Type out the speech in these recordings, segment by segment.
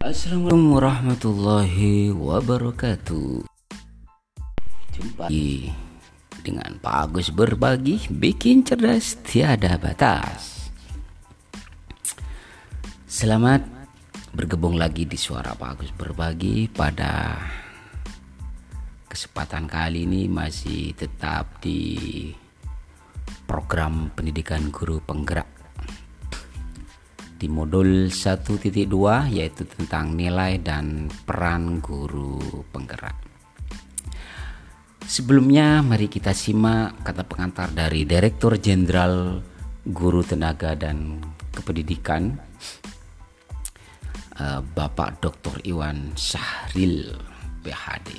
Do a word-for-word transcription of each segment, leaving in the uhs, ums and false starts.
Assalamualaikum warahmatullahi wabarakatuh. Jumpa lagi dengan Pak Agus berbagi, bikin cerdas tiada batas. Selamat bergabung lagi di suara Pak Agus berbagi. Pada kesempatan kali ini masih tetap di program pendidikan guru penggerak di modul satu titik dua, yaitu tentang nilai dan peran guru penggerak. Sebelumnya mari kita simak kata pengantar dari Direktur Jenderal Guru Tenaga dan Kependidikan, Bapak Doktor Iwan Syahril P H D.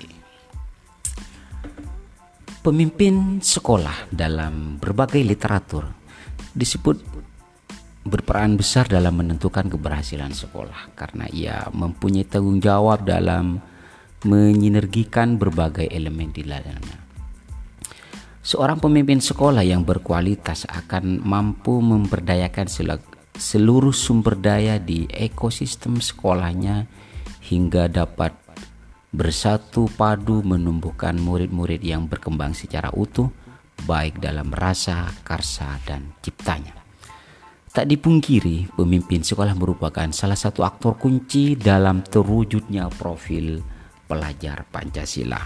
Pemimpin sekolah dalam berbagai literatur disebut berperan besar dalam menentukan keberhasilan sekolah karena ia mempunyai tanggung jawab dalam menyinergikan berbagai elemen di dalamnya. Seorang pemimpin sekolah yang berkualitas akan mampu memberdayakan seluruh sumber daya di ekosistem sekolahnya hingga dapat bersatu padu menumbuhkan murid-murid yang berkembang secara utuh baik dalam rasa, karsa, dan ciptanya. Tak dipungkiri, pemimpin sekolah merupakan salah satu aktor kunci dalam terwujudnya profil pelajar Pancasila.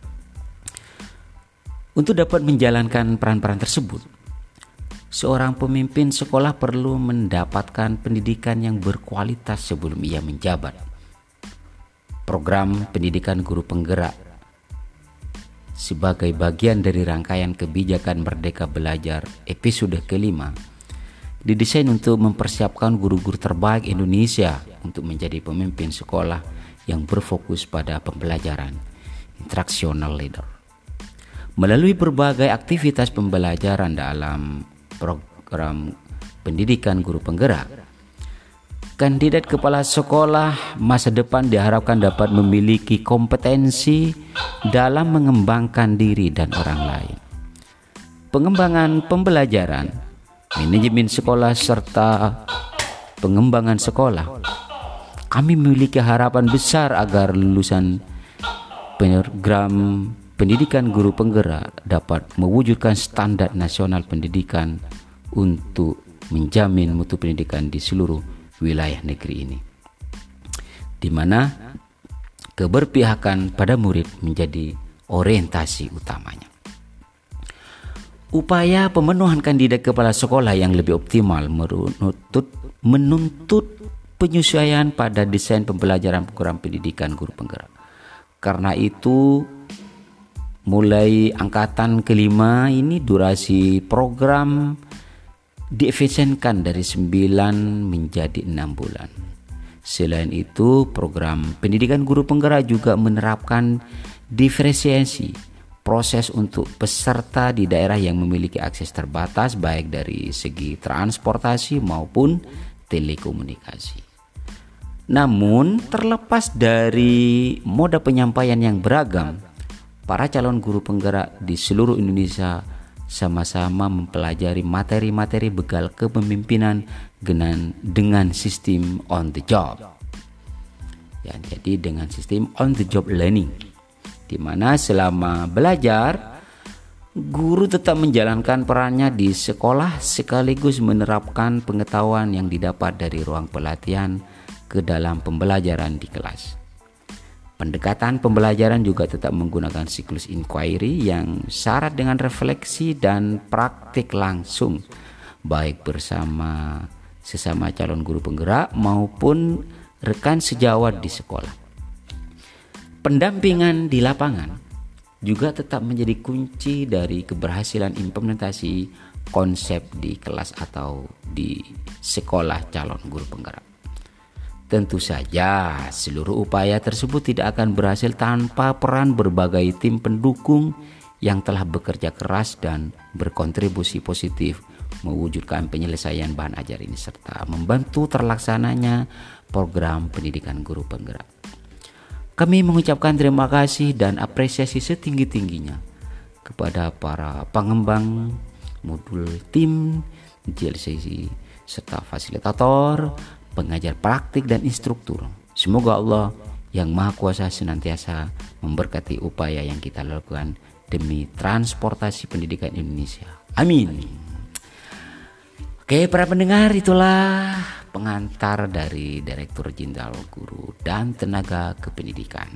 Untuk dapat menjalankan peran-peran tersebut, seorang pemimpin sekolah perlu mendapatkan pendidikan yang berkualitas sebelum ia menjabat. Program pendidikan guru penggerak sebagai bagian dari rangkaian kebijakan Merdeka Belajar episode kelima didesain untuk mempersiapkan guru-guru terbaik Indonesia untuk menjadi pemimpin sekolah yang berfokus pada pembelajaran instruksional leader. Melalui berbagai aktivitas pembelajaran dalam program pendidikan guru penggerak, kandidat kepala sekolah masa depan diharapkan dapat memiliki kompetensi dalam mengembangkan diri dan orang lain. Pengembangan pembelajaran, manajemen sekolah, serta pengembangan sekolah. Kami memiliki harapan besar agar lulusan program pendidikan guru penggerak dapat mewujudkan standar nasional pendidikan untuk menjamin mutu pendidikan di seluruh wilayah negeri ini, di mana keberpihakan pada murid menjadi orientasi utamanya. Upaya pemenuhan kandidat kepala sekolah yang lebih optimal menuntut, menuntut penyesuaian pada desain pembelajaran program pendidikan guru penggerak. Karena itu, mulai angkatan kelima ini durasi program diefisienkan dari sembilan menjadi enam bulan. Selain itu, program pendidikan guru penggerak juga menerapkan diferensiasi proses untuk peserta di daerah yang memiliki akses terbatas baik dari segi transportasi maupun telekomunikasi. Namun terlepas dari moda penyampaian yang beragam, para calon guru penggerak di seluruh Indonesia sama-sama mempelajari materi-materi bekal kepemimpinan dengan, dengan sistem on the job. Ya, jadi dengan sistem on the job learning, di mana selama belajar, guru tetap menjalankan perannya di sekolah sekaligus menerapkan pengetahuan yang didapat dari ruang pelatihan ke dalam pembelajaran di kelas. Pendekatan pembelajaran juga tetap menggunakan siklus inquiry yang syarat dengan refleksi dan praktik langsung, baik bersama sesama calon guru penggerak maupun rekan sejawat di sekolah. Pendampingan di lapangan juga tetap menjadi kunci dari keberhasilan implementasi konsep di kelas atau di sekolah calon guru penggerak. Tentu saja seluruh upaya tersebut tidak akan berhasil tanpa peran berbagai tim pendukung yang telah bekerja keras dan berkontribusi positif mewujudkan penyelesaian bahan ajar ini serta membantu terlaksananya program pendidikan guru penggerak. Kami mengucapkan terima kasih dan apresiasi setinggi-tingginya kepada para pengembang modul, tim, J L C C, serta fasilitator, pengajar praktik dan instruktur Semoga Allah yang Maha Kuasa senantiasa memberkati upaya yang kita lakukan demi transportasi pendidikan Indonesia. Amin. Oke, para pendengar, itulah pengantar dari Direktur Jenderal Guru dan Tenaga Kependidikan.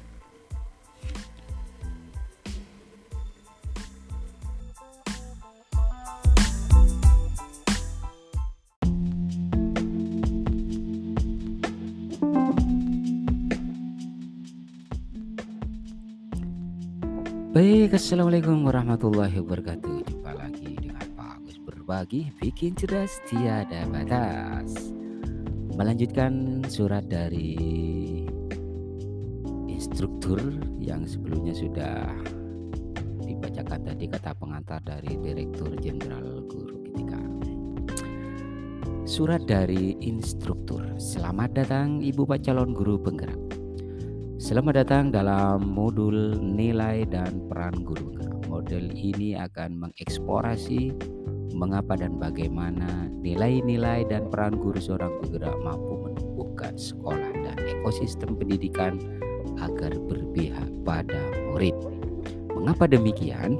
Baik, assalamualaikum warahmatullahi wabarakatuh. Jumpa lagi dengan Pak Agus berbagi, bikin cerdas tiada batas. Melanjutkan surat dari instruktur yang sebelumnya sudah dibacakan tadi kata pengantar dari Direktur Jenderal Guru ketika. Surat dari instruktur. Selamat datang Ibu Pak calon guru penggerak. Selamat datang dalam modul nilai dan peran guru. Modul ini akan mengeksplorasi mengapa dan bagaimana nilai-nilai dan peran guru seorang penggerak mampu menumbuhkan sekolah dan ekosistem pendidikan agar berpihak pada murid. Mengapa demikian?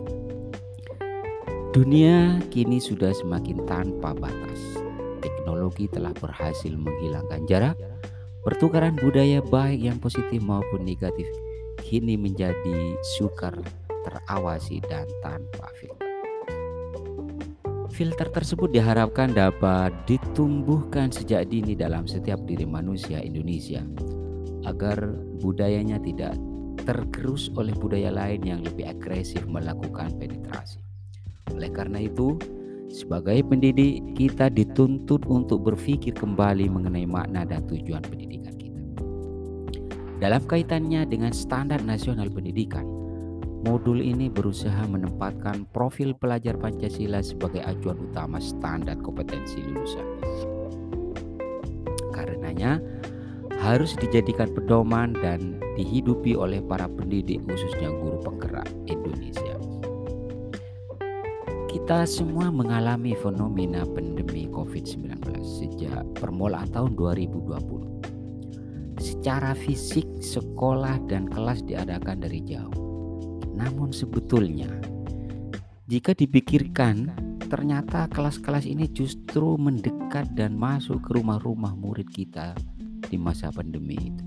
Dunia kini sudah semakin tanpa batas. Teknologi telah berhasil menghilangkan jarak. Pertukaran budaya baik yang positif maupun negatif kini menjadi sukar, terawasi dan tanpa filter. Filter tersebut diharapkan dapat ditumbuhkan sejak dini dalam setiap diri manusia Indonesia agar budayanya tidak tergerus oleh budaya lain yang lebih agresif melakukan penetrasi. Oleh karena itu, sebagai pendidik, kita dituntut untuk berpikir kembali mengenai makna dan tujuan pendidikan kita. Dalam kaitannya dengan standar nasional pendidikan, modul ini berusaha menempatkan profil pelajar Pancasila sebagai acuan utama standar kompetensi lulusan. Karenanya, harus dijadikan pedoman dan dihidupi oleh para pendidik, khususnya guru penggerak Indonesia. Kita semua mengalami fenomena pandemi covid sembilan belas sejak permulaan tahun dua ribu dua puluh. Secara fisik, sekolah dan kelas diadakan dari jauh. Namun sebetulnya, jika dipikirkan, ternyata kelas-kelas ini justru mendekat dan masuk ke rumah-rumah murid kita di masa pandemi itu.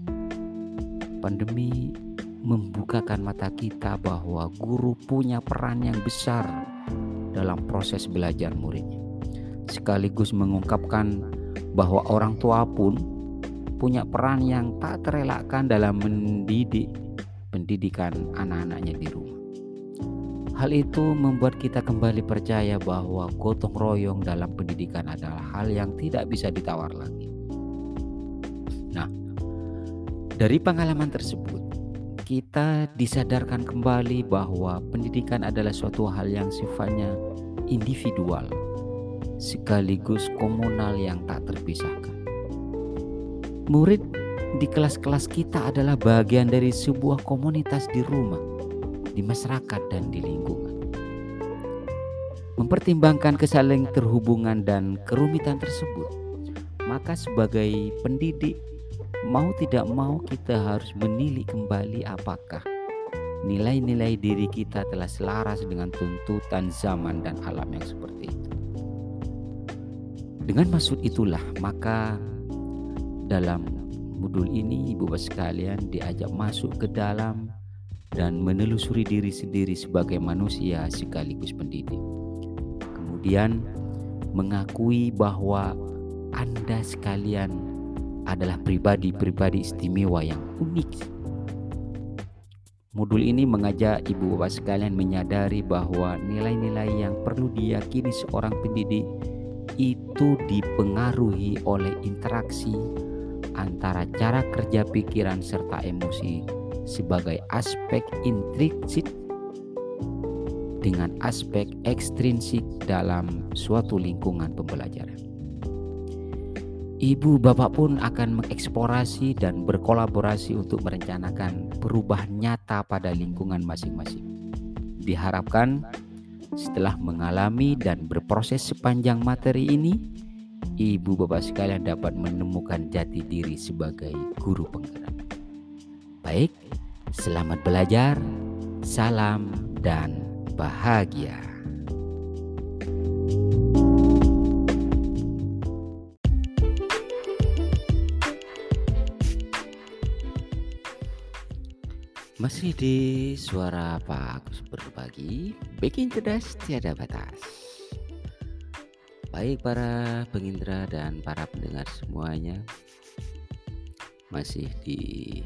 Pandemi membukakan mata kita bahwa guru punya peran yang besar dalam proses belajar muridnya, sekaligus mengungkapkan bahwa orang tua pun punya peran yang tak terelakkan dalam mendidik pendidikan anak-anaknya di rumah. Hal itu membuat kita kembali percaya bahwa gotong royong dalam pendidikan adalah hal yang tidak bisa ditawar lagi. Nah, dari pengalaman tersebut, kita disadarkan kembali bahwa pendidikan adalah suatu hal yang sifatnya individual sekaligus komunal yang tak terpisahkan. Murid di kelas-kelas kita adalah bagian dari sebuah komunitas di rumah, di masyarakat dan di lingkungan. Mempertimbangkan kesaling terhubungan dan kerumitan tersebut, maka sebagai pendidik, mau tidak mau kita harus menilik kembali apakah nilai-nilai diri kita telah selaras dengan tuntutan zaman dan alam yang seperti itu. Dengan maksud itulah maka dalam modul ini Ibu Bapak sekalian diajak masuk ke dalam dan menelusuri diri sendiri sebagai manusia sekaligus pendidik. Kemudian mengakui bahwa Anda sekalian adalah pribadi-pribadi istimewa yang unik. Modul ini mengajak Ibu Bapak sekalian menyadari bahwa nilai-nilai yang perlu diyakini seorang pendidik itu dipengaruhi oleh interaksi antara cara kerja pikiran serta emosi sebagai aspek intrinsik dengan aspek ekstrinsik dalam suatu lingkungan pembelajaran. Ibu bapak pun akan mengeksplorasi dan berkolaborasi untuk merencanakan perubahan nyata pada lingkungan masing-masing. Diharapkan setelah mengalami dan berproses sepanjang materi ini, ibu bapak sekalian dapat menemukan jati diri sebagai guru penggerak. Baik, selamat belajar, salam dan bahagia. Masih di suara Pak Agus berbagi, bikin cerdas tiada batas. Baik para pengindra dan para pendengar semuanya, masih di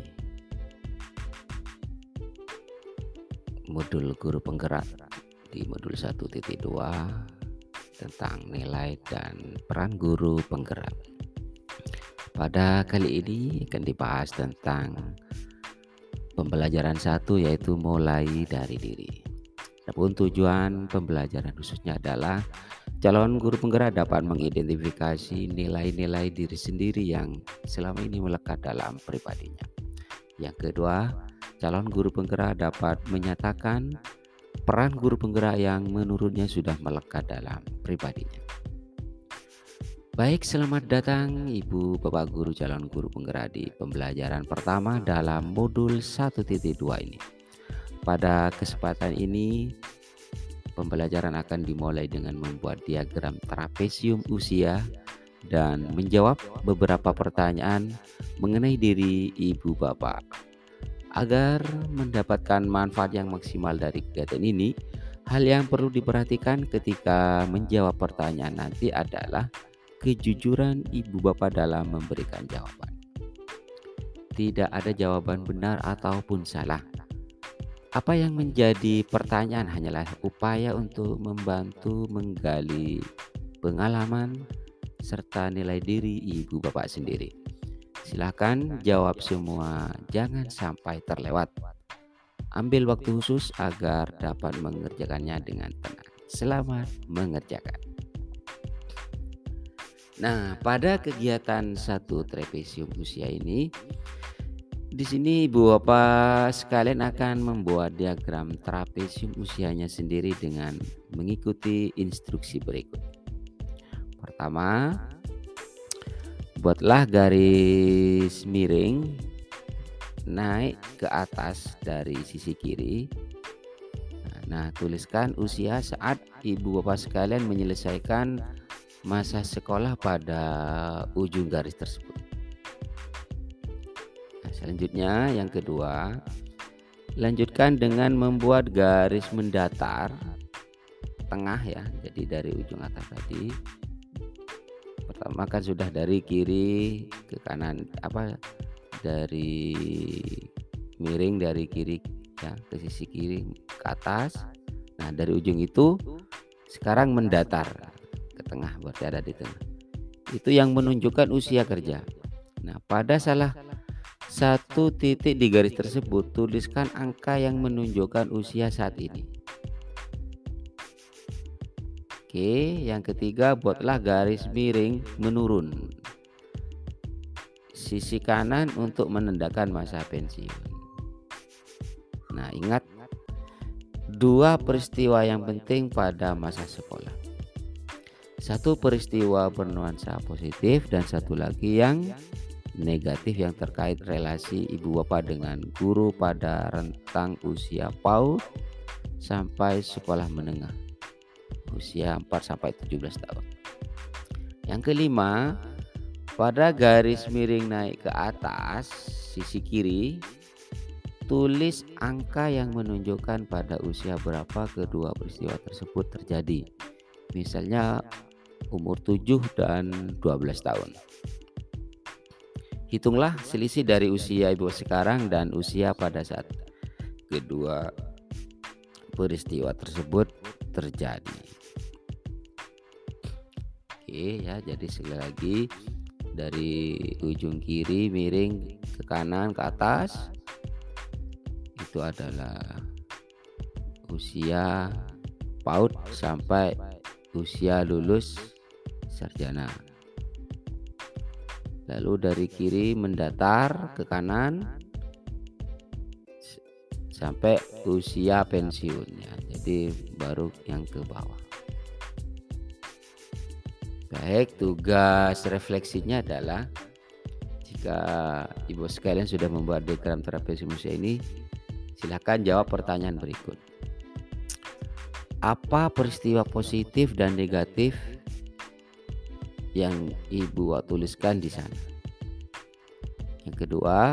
modul guru penggerak di modul satu titik dua tentang nilai dan peran guru penggerak. Pada kali ini akan dibahas tentang pembelajaran satu, yaitu mulai dari diri. Adapun tujuan pembelajaran khususnya adalah calon guru penggerak dapat mengidentifikasi nilai-nilai diri sendiri yang selama ini melekat dalam pribadinya. Yang kedua, calon guru penggerak dapat menyatakan peran guru penggerak yang menurutnya sudah melekat dalam pribadinya. Baik, selamat datang Ibu Bapak Guru calon guru penggerak di pembelajaran pertama dalam modul satu titik dua ini. Pada kesempatan ini, pembelajaran akan dimulai dengan membuat diagram trapesium usia dan menjawab beberapa pertanyaan mengenai diri Ibu Bapak. Agar mendapatkan manfaat yang maksimal dari kegiatan ini, hal yang perlu diperhatikan ketika menjawab pertanyaan nanti adalah kejujuran ibu bapak dalam memberikan jawaban. Tidak ada jawaban benar ataupun salah. Apa yang menjadi pertanyaan hanyalah upaya untuk membantu menggali pengalaman serta nilai diri ibu bapak sendiri. Silakan jawab semua, jangan sampai terlewat. Ambil waktu khusus agar dapat mengerjakannya dengan tenang. Selamat mengerjakan. Nah, pada kegiatan satu trapesium usia ini, di sini Ibu Bapak sekalian akan membuat diagram trapesium usianya sendiri dengan mengikuti instruksi berikut. Pertama, buatlah garis miring naik ke atas dari sisi kiri. Nah, tuliskan usia saat Ibu Bapak sekalian menyelesaikan masa sekolah pada ujung garis tersebut. Nah, selanjutnya yang kedua, lanjutkan dengan membuat garis mendatar tengah ya. Jadi dari ujung atas tadi, pertama kan sudah dari kiri ke kanan, apa dari miring dari kiri ya ke sisi kiri ke atas. Nah, dari ujung itu sekarang mendatar ke tengah, berarti ada di tengah. Itu yang menunjukkan usia kerja. Nah, pada salah satu titik di garis tersebut, tuliskan angka yang menunjukkan usia saat ini. Oke, yang ketiga, buatlah garis miring menurun sisi kanan untuk menandakan masa pensiun. Nah, ingat dua peristiwa yang penting pada masa sekolah. Satu peristiwa bernuansa positif dan satu lagi yang negatif yang terkait relasi ibu bapak dengan guru pada rentang usia PAUD sampai sekolah menengah, usia empat sampai tujuh belas tahun. Yang kelima, pada garis miring naik ke atas sisi kiri, tulis angka yang menunjukkan pada usia berapa kedua peristiwa tersebut terjadi. Misalnya umur tujuh dan dua belas tahun. Hitunglah selisih dari usia ibu sekarang dan usia pada saat kedua peristiwa tersebut terjadi. Oke ya, jadi sekali lagi dari ujung kiri miring ke kanan ke atas itu adalah usia PAUD sampai usia lulus sarjana. Lalu dari kiri mendatar ke kanan sampai usia pensiunnya. Jadi baru yang ke bawah. Baik, tugas refleksinya adalah jika Ibu sekalian sudah membuat diagram trapesium usia ini, silakan jawab pertanyaan berikut. Apa peristiwa positif dan negatif yang Ibu tuliskan di sana? Yang kedua,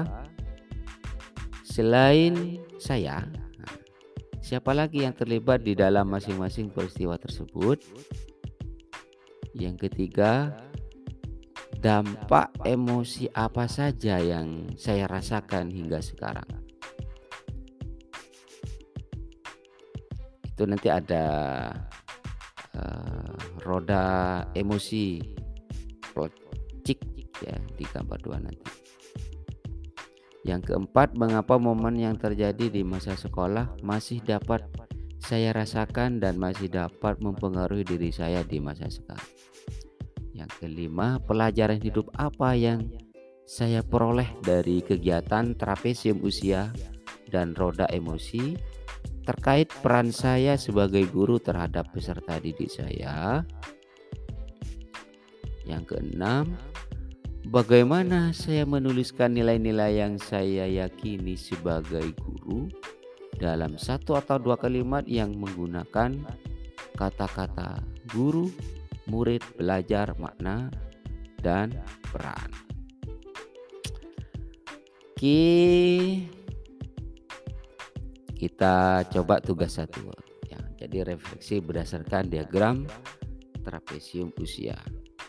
selain saya, siapa lagi yang terlibat di dalam masing-masing peristiwa tersebut? Yang ketiga, dampak emosi apa saja yang saya rasakan hingga sekarang? Itu nanti ada uh, roda emosi, cik ya di gambar dua nanti. Yang keempat, mengapa momen yang terjadi di masa sekolah masih dapat saya rasakan dan masih dapat mempengaruhi diri saya di masa sekarang? Yang kelima, pelajaran hidup apa yang saya peroleh dari kegiatan trapesium usia dan roda emosi terkait peran saya sebagai guru terhadap peserta didik saya? Yang keenam, bagaimana saya menuliskan nilai-nilai yang saya yakini sebagai guru dalam satu atau dua kalimat yang menggunakan kata-kata guru, murid, belajar, makna, dan peran. Oke, kita coba tugas satu ya, jadi refleksi berdasarkan diagram trapesium usia.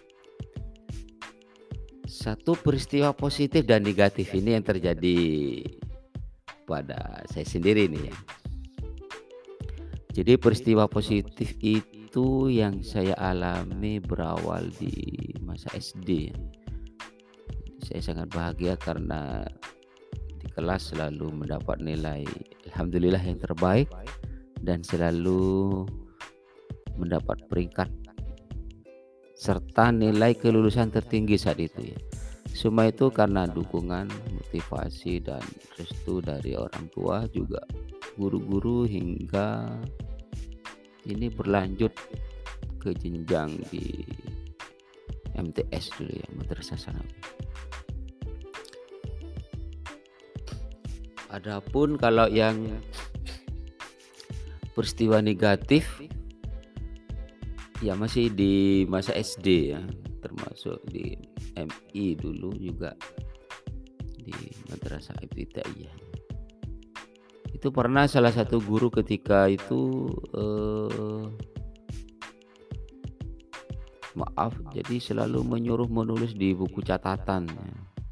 Satu peristiwa positif dan negatif ini yang terjadi pada saya sendiri nih ya. Jadi peristiwa positif itu yang saya alami berawal di masa S D. Saya sangat bahagia karena di kelas selalu mendapat nilai alhamdulillah yang terbaik dan selalu mendapat peringkat serta nilai kelulusan tertinggi saat itu ya. Semua itu karena dukungan, motivasi, dan restu dari orang tua, juga guru-guru, hingga ini berlanjut ke jenjang di M T S dulu ya, Madrasah Sanawi. Adapun kalau yang peristiwa negatif ya masih di masa S D ya, termasuk di M I dulu juga di Madrasah Ibtidaiyah. Itu pernah salah satu guru ketika itu eh, maaf, jadi selalu menyuruh menulis di buku catatan ya.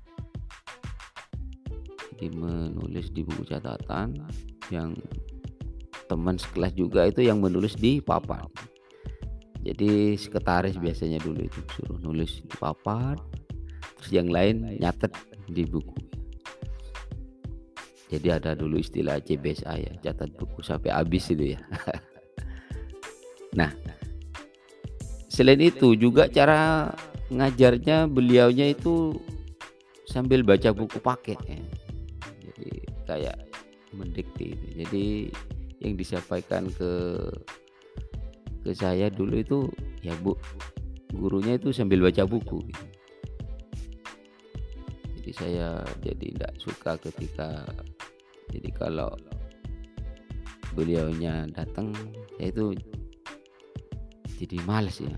Jadi menulis di buku catatan, yang teman sekelas juga itu yang menulis di papan. Jadi sekretaris biasanya dulu itu suruh nulis di papan, terus yang lain nyatet di buku. Jadi ada dulu istilah C B S A ya, catat buku sampai habis itu ya. Nah, selain itu juga cara ngajarnya beliaunya itu sambil baca buku paket ya. Jadi kayak mendikte itu. Jadi yang disampaikan ke ke saya dulu itu ya Bu, gurunya itu sambil baca buku gitu. Jadi saya jadi tidak suka ketika jadi kalau beliaunya datang saya itu jadi males ya.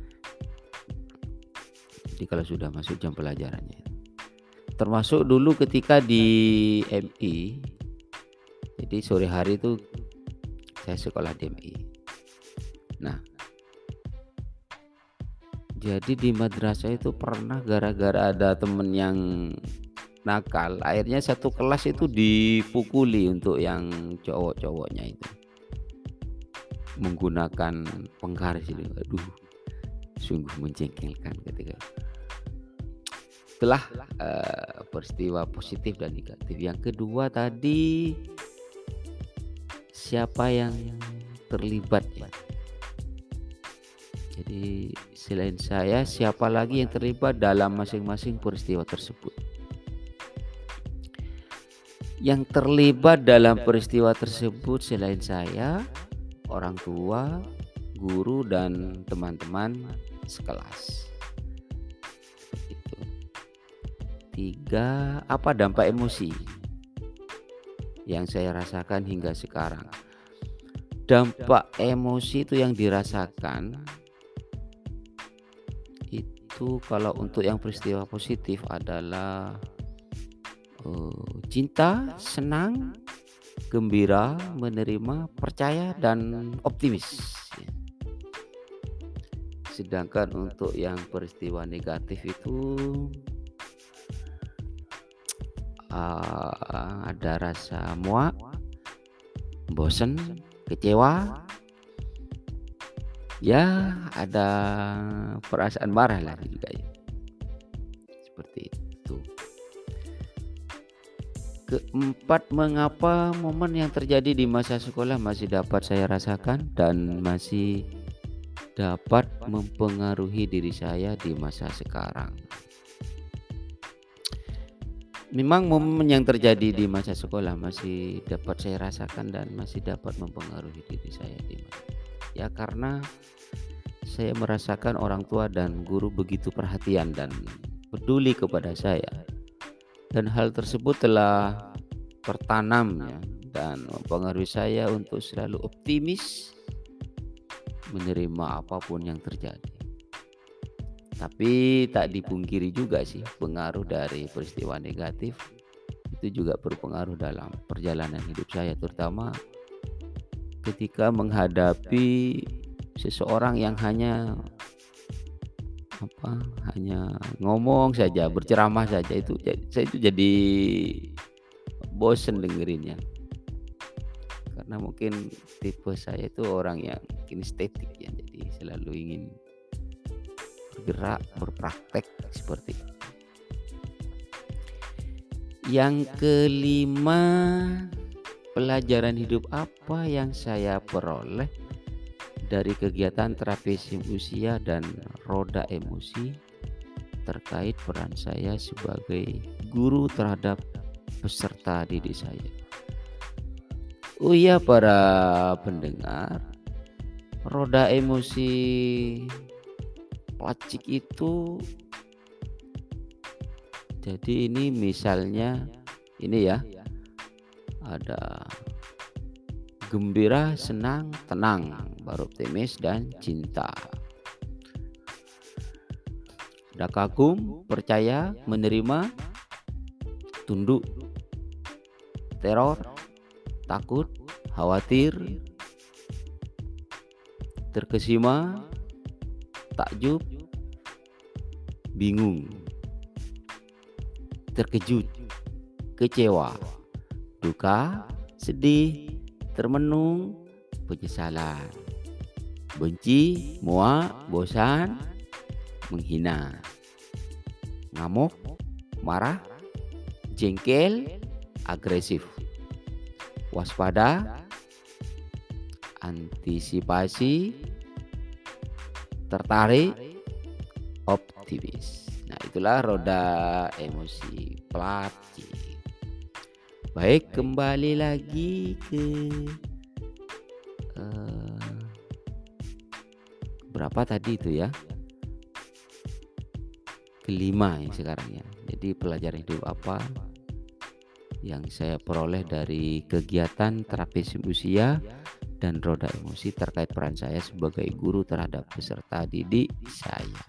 Jadi kalau sudah masuk jam pelajarannya, termasuk dulu ketika di M I, jadi sore hari itu saya sekolah di M I. Nah, jadi di madrasah itu pernah gara-gara ada temen yang nakal, akhirnya satu kelas itu dipukuli untuk yang cowok-cowoknya itu menggunakan penggaris itu. Aduh, sungguh menjengkelkan ketika itulah uh, peristiwa positif dan negatif. Yang kedua tadi, siapa yang terlibat ya. Jadi selain saya, siapa lagi yang terlibat dalam masing-masing peristiwa tersebut? Yang terlibat dalam peristiwa tersebut selain saya, orang tua, guru, dan teman-teman sekelas. Itu. Tiga, apa dampak emosi yang saya rasakan hingga sekarang? Dampak emosi itu yang dirasakan itu kalau untuk yang peristiwa positif adalah uh, cinta, senang, gembira, menerima, percaya, dan optimis. Sedangkan untuk yang peristiwa negatif itu uh, ada rasa muak, bosen, kecewa, ya ada perasaan marah lah juga ya. Seperti itu. Keempat, mengapa momen yang terjadi di masa sekolah masih dapat saya rasakan dan masih dapat mempengaruhi diri saya di masa sekarang. Memang momen yang terjadi di masa sekolah masih dapat saya rasakan dan masih dapat mempengaruhi diri saya di masa. Ya karena saya merasakan orang tua dan guru begitu perhatian dan peduli kepada saya. Dan hal tersebut telah tertanam ya, dan mempengaruhi saya untuk selalu optimis menerima apapun yang terjadi. Tapi tak dipungkiri juga sih pengaruh dari peristiwa negatif itu juga berpengaruh dalam perjalanan hidup saya, terutama ketika menghadapi seseorang yang hanya apa hanya ngomong saja, berceramah saja, itu saya itu jadi bosen dengerinnya. Karena mungkin tipe saya itu orang yang kinestetik ya, jadi selalu ingin bergerak, berpraktek seperti itu. Yang kelima, pelajaran hidup apa yang saya peroleh dari kegiatan terapi usia dan roda emosi terkait peran saya sebagai guru terhadap peserta didik saya. Oh iya para pendengar, roda emosi Placik itu jadi ini misalnya ini ya, ada gembira, senang, tenang, baru optimis dan cinta. Ada kagum, percaya, menerima, tunduk, teror, takut, khawatir, terkesima, takjub, bingung, terkejut, kecewa, duka, sedih, termenung, penyesalan, benci, muak, bosan, menghina, ngamuk, marah, jengkel, agresif, waspada, antisipasi, tertarik, optimis. Nah, itulah roda emosi Placik. Baik, kembali lagi ke uh, berapa tadi itu ya? Kelima yang sekarang ya. Jadi pelajaran hidup apa yang saya peroleh dari kegiatan terapi usia dan roda emosi terkait peran saya sebagai guru terhadap peserta didik saya.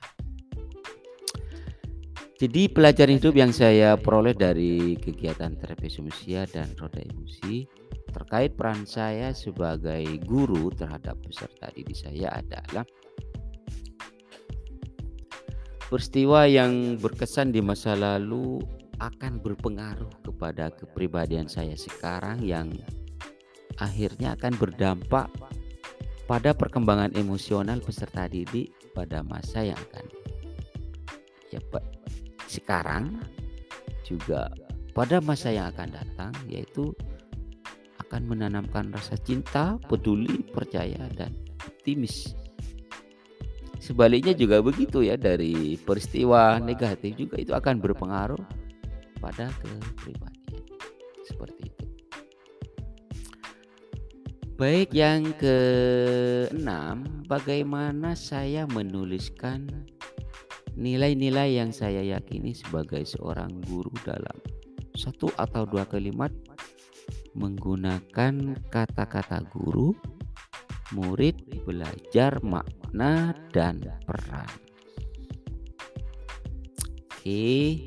Jadi pelajaran hidup yang saya peroleh dari kegiatan terapi usia dan roda emosi terkait peran saya sebagai guru terhadap peserta didik saya adalah peristiwa yang berkesan di masa lalu akan berpengaruh kepada kepribadian saya sekarang yang akhirnya akan berdampak pada perkembangan emosional peserta didik pada masa yang akan ya Pak sekarang juga pada masa yang akan datang, yaitu akan menanamkan rasa cinta, peduli, percaya, dan optimis. Sebaliknya juga begitu ya, dari peristiwa negatif juga itu akan berpengaruh pada kepribadian. Seperti itu. Baik, yang keenam, bagaimana saya menuliskan nilai-nilai yang saya yakini sebagai seorang guru dalam satu atau dua kalimat menggunakan kata-kata guru, murid, belajar, makna, dan peran. Oke,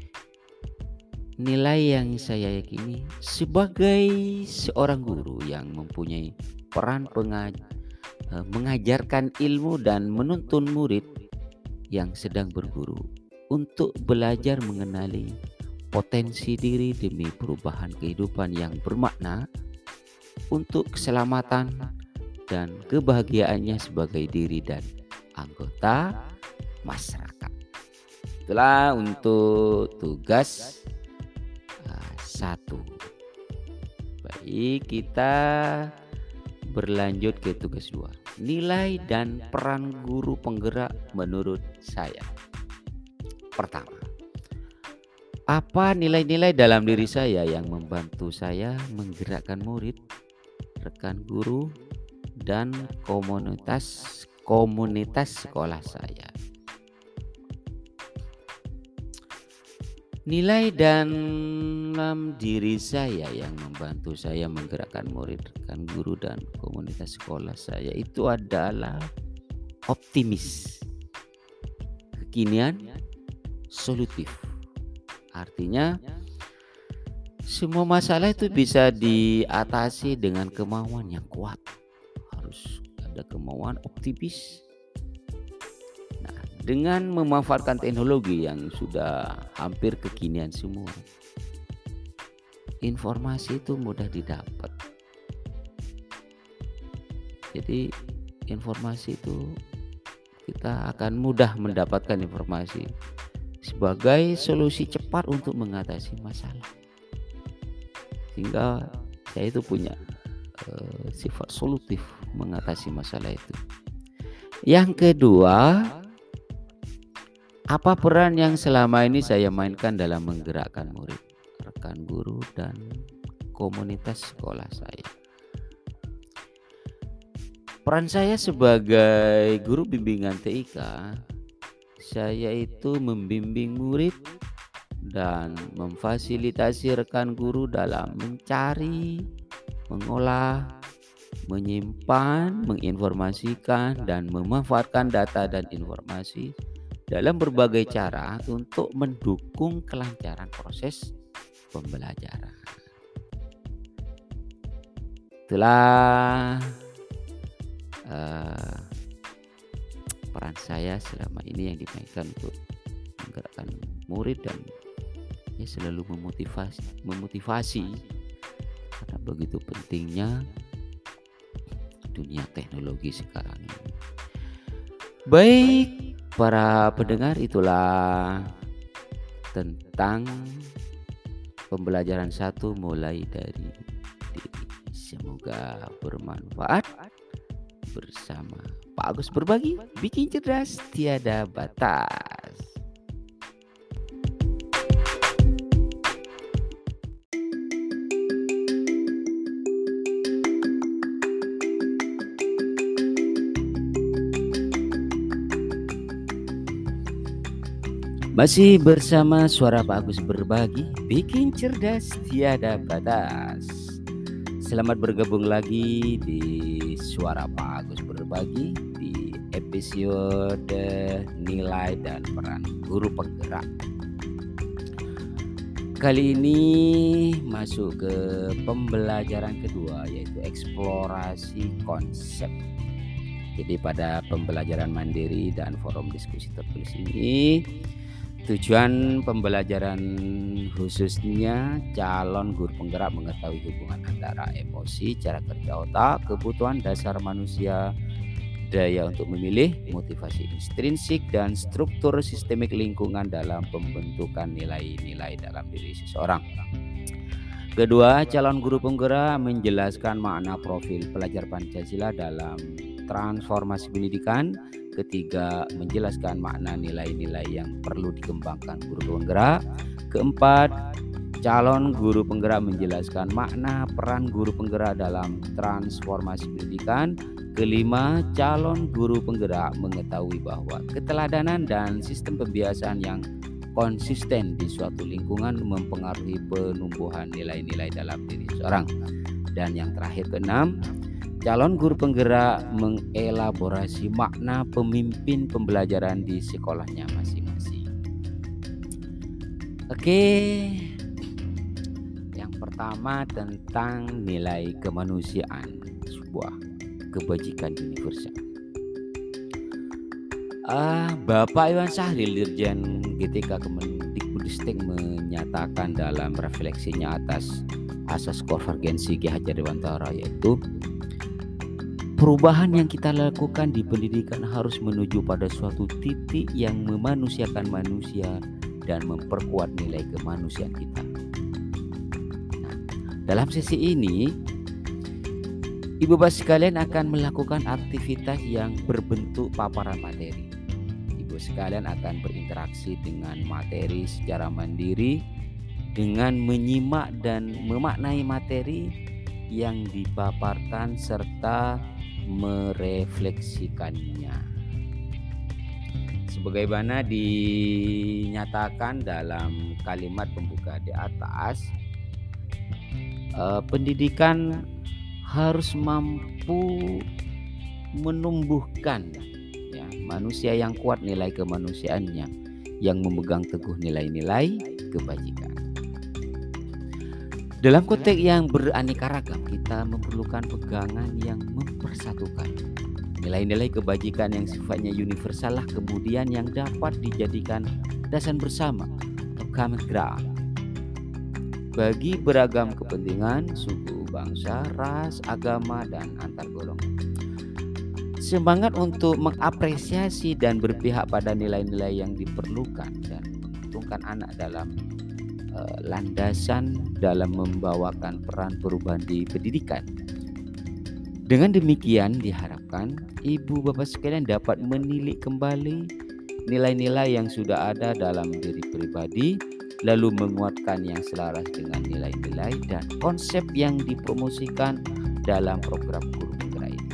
nilai yang saya yakini sebagai seorang guru yang mempunyai peran pengaj mengajarkan ilmu dan menuntun murid yang sedang berguru untuk belajar mengenali potensi diri demi perubahan kehidupan yang bermakna untuk keselamatan dan kebahagiaannya sebagai diri dan anggota masyarakat. Itulah untuk tugas satu. Baik, kita berlanjut ke tugas dua. Nilai dan peran guru penggerak menurut saya. Pertama, apa nilai-nilai dalam diri saya yang membantu saya menggerakkan murid, rekan guru, dan komunitas komunitas sekolah saya? Nilai dalam diri saya yang membantu saya menggerakkan murid, rekan guru, dan komunitas sekolah saya itu adalah optimis, kekinian, solutif. Artinya semua masalah itu bisa diatasi dengan kemauan yang kuat. Harus ada kemauan optimis. Dengan memanfaatkan teknologi yang sudah hampir kekinian semua, informasi itu mudah didapat. Jadi informasi itu kita akan mudah mendapatkan informasi sebagai solusi cepat untuk mengatasi masalah. Sehingga saya itu punya uh, sifat solutif mengatasi masalah itu. Yang kedua, apa peran yang selama ini saya mainkan dalam menggerakkan murid, rekan guru, dan komunitas sekolah saya? Peran saya sebagai guru bimbingan T I K, saya itu membimbing murid dan memfasilitasi rekan guru dalam mencari, mengolah, menyimpan, menginformasikan, dan memanfaatkan data dan informasi dalam berbagai cara untuk mendukung kelancaran proses pembelajaran. Itulah uh, peran saya selama ini yang dimainkan untuk menggerakkan murid dan ya selalu memotivasi, memotivasi karena begitu pentingnya dunia teknologi sekarang ini. Baik, para pendengar, itulah tentang pembelajaran satu mulai dari diri. Semoga bermanfaat. Bersama Pak Agus Berbagi, bikin cerdas tiada batas. Masih bersama suara Pak Agus Berbagi, bikin cerdas tiada batas. Selamat bergabung lagi di suara Pak Agus Berbagi di episode nilai dan peran guru penggerak. Kali ini masuk ke pembelajaran kedua, yaitu eksplorasi konsep. Jadi pada pembelajaran mandiri dan forum diskusi tertulis ini, tujuan pembelajaran khususnya calon guru penggerak mengetahui hubungan antara emosi, cara kerja otak, kebutuhan dasar manusia, daya untuk memilih, motivasi intrinsik, dan struktur sistemik lingkungan dalam pembentukan nilai-nilai dalam diri seseorang. Kedua, calon guru penggerak menjelaskan makna profil pelajar Pancasila dalam transformasi pendidikan. Ketiga, menjelaskan makna nilai-nilai yang perlu dikembangkan guru penggerak. Keempat, calon guru penggerak menjelaskan makna peran guru penggerak dalam transformasi pendidikan. Kelima, calon guru penggerak mengetahui bahwa keteladanan dan sistem pembiasaan yang konsisten di suatu lingkungan mempengaruhi penumbuhan nilai-nilai dalam diri seseorang. Dan yang terakhir, keenam, calon guru penggerak mengelaborasi makna pemimpin pembelajaran di sekolahnya masing-masing. Oke, yang pertama tentang nilai kemanusiaan, sebuah kebajikan universal. Ah, Bapak Iwan Sahril, Dirjen G T K Kemendikbudristek, menyatakan dalam refleksinya atas asas konvergensi Ki Hajar Dewantara, yaitu perubahan yang kita lakukan di pendidikan harus menuju pada suatu titik yang memanusiakan manusia dan memperkuat nilai kemanusiaan kita. Nah, dalam sesi ini, Ibu Bapak sekalian akan melakukan aktivitas yang berbentuk paparan materi. Ibu sekalian akan berinteraksi dengan materi secara mandiri dengan menyimak dan memaknai materi yang dipaparkan serta merefleksikannya. Sebagaimana dinyatakan dalam kalimat pembuka di atas, eh, pendidikan harus mampu menumbuhkan ya, manusia yang kuat nilai kemanusiaannya, yang memegang teguh nilai-nilai kebajikan. Dalam konteks yang beraneka ragam, kita memerlukan pegangan yang mempersatukan. Nilai-nilai kebajikan yang sifatnya universal lah kemudian yang dapat dijadikan dasar bersama atau common ground bagi beragam kepentingan suku, bangsa, ras, agama, dan antar golongan. Semangat untuk mengapresiasi dan berpihak pada nilai-nilai yang diperlukan dan menguntungkan anak dalam uh, landasan dalam membawakan peran perubahan di pendidikan. Dengan demikian diharapkan ibu bapak sekalian dapat menilik kembali nilai-nilai yang sudah ada dalam diri pribadi, lalu menguatkan yang selaras dengan nilai-nilai dan konsep yang dipromosikan dalam program guru penggerak ini.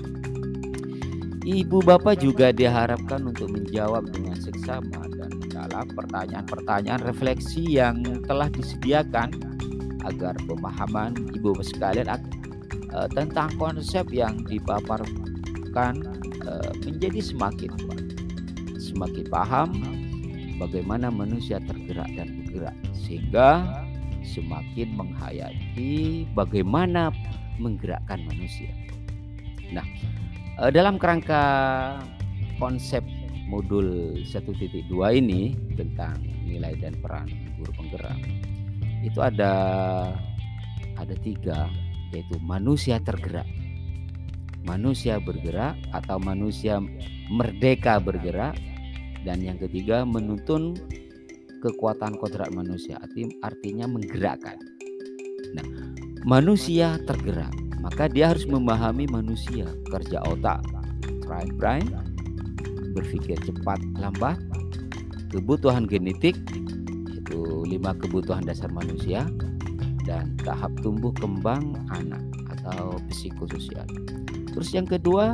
Ibu bapak juga diharapkan untuk menjawab dengan seksama dan mendalam pertanyaan-pertanyaan refleksi yang telah disediakan agar pemahaman ibu bapak sekalian uh, tentang konsep yang dipaparkan uh, menjadi semakin kuat, semakin paham bagaimana manusia tergerak dan bergerak, sehingga semakin menghayati bagaimana menggerakkan manusia. Nah, dalam kerangka konsep modul satu titik dua ini tentang nilai dan peran guru penggerak, itu ada ada tiga, yaitu manusia tergerak, manusia bergerak atau manusia merdeka bergerak, dan yang ketiga menuntun kekuatan kodrat manusia, artinya menggerakkan. Nah, manusia tergerak, maka dia harus memahami manusia, kerja otak, brain brain, berpikir cepat lambat, kebutuhan genetik, yaitu lima kebutuhan dasar manusia, dan tahap tumbuh kembang anak atau psikososial. Terus yang kedua,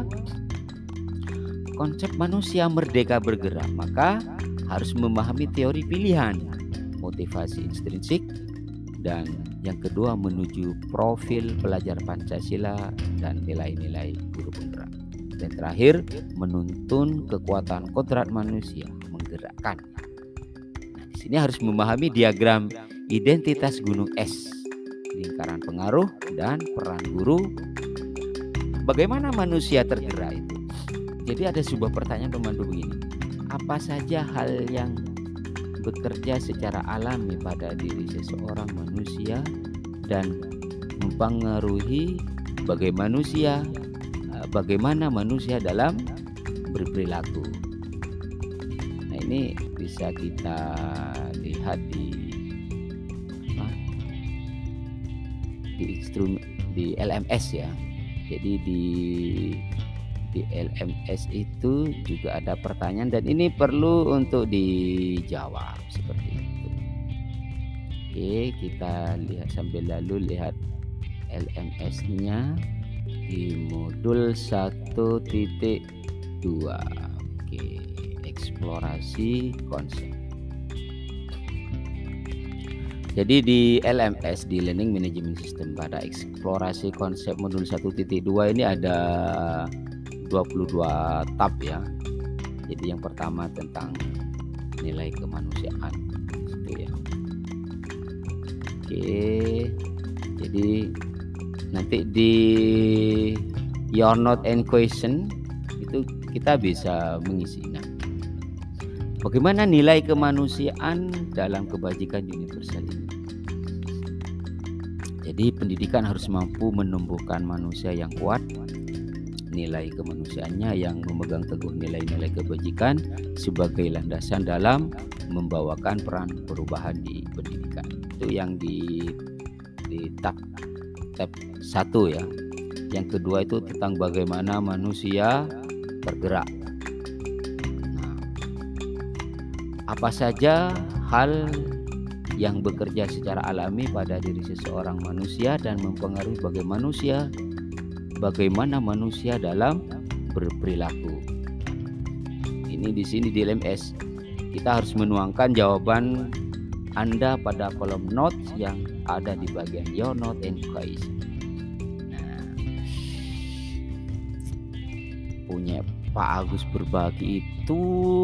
konsep manusia merdeka bergerak, maka harus memahami teori pilihan, motivasi intrinsik, dan yang kedua menuju profil pelajar Pancasila dan nilai-nilai guru penggerak. Dan terakhir, menuntun kekuatan kodrat manusia, menggerakkan. Nah, di sini harus memahami diagram identitas gunung es, lingkaran pengaruh dan peran guru. Bagaimana manusia tergerak itu? Jadi ada sebuah pertanyaan pemandu begini, apa saja hal yang bekerja secara alami pada diri seseorang manusia dan mempengaruhi bagaimana manusia, bagaimana manusia dalam berperilaku. Nah, ini bisa kita lihat di di instrumen di L M S ya. Jadi di di L M S itu juga ada pertanyaan dan ini perlu untuk dijawab seperti itu. Oke, kita lihat sambil lalu lihat L M S-nya di modul satu titik dua. Oke, eksplorasi konsep. Jadi di L M S, di Learning Management System, pada eksplorasi konsep modul satu titik dua ini ada dua puluh dua tab ya. Jadi yang pertama tentang nilai kemanusiaan itu ya. Oke. Jadi nanti di your note and question itu kita bisa mengisi. Nah, bagaimana nilai kemanusiaan dalam kebajikan universal ini? Jadi pendidikan harus mampu menumbuhkan manusia yang kuat, nilai kemanusiaannya yang memegang teguh nilai-nilai kebajikan sebagai landasan dalam membawakan peran perubahan di pendidikan. Itu yang di di tab tab satu ya. Yang kedua itu tentang bagaimana manusia bergerak. Nah, apa saja hal yang bekerja secara alami pada diri seseorang manusia dan mempengaruhi bagaimana manusia bagaimana manusia dalam berperilaku. Ini di sini di L M S kita harus menuangkan jawaban Anda pada kolom notes yang ada di bagian your note and question. Nah, punya Pak Agus berbagi itu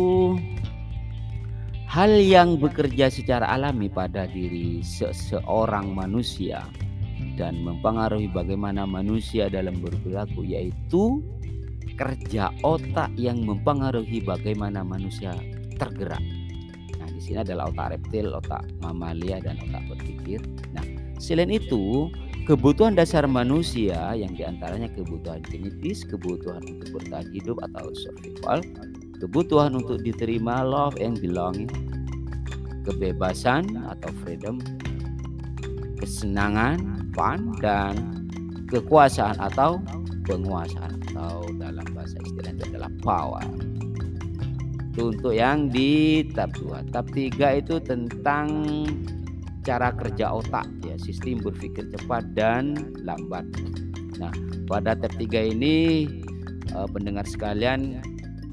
hal yang bekerja secara alami pada diri seseorang manusia dan mempengaruhi bagaimana manusia dalam berperilaku, yaitu kerja otak yang mempengaruhi bagaimana manusia tergerak. Nah, di sini adalah otak reptil, otak mamalia, dan otak berpikir. Nah, selain itu, kebutuhan dasar manusia yang diantaranya kebutuhan genetis, kebutuhan untuk bertahan hidup atau survival, kebutuhan untuk diterima love and belonging, kebebasan atau freedom, kesenangan fun, dan kekuasaan atau penguasaan atau dalam bahasa istilah itu adalah power. Itu untuk yang di tab dua. Tab tiga itu tentang cara kerja otak ya, sistem berpikir cepat dan lambat. Nah, pada tab tiga ini eh, pendengar sekalian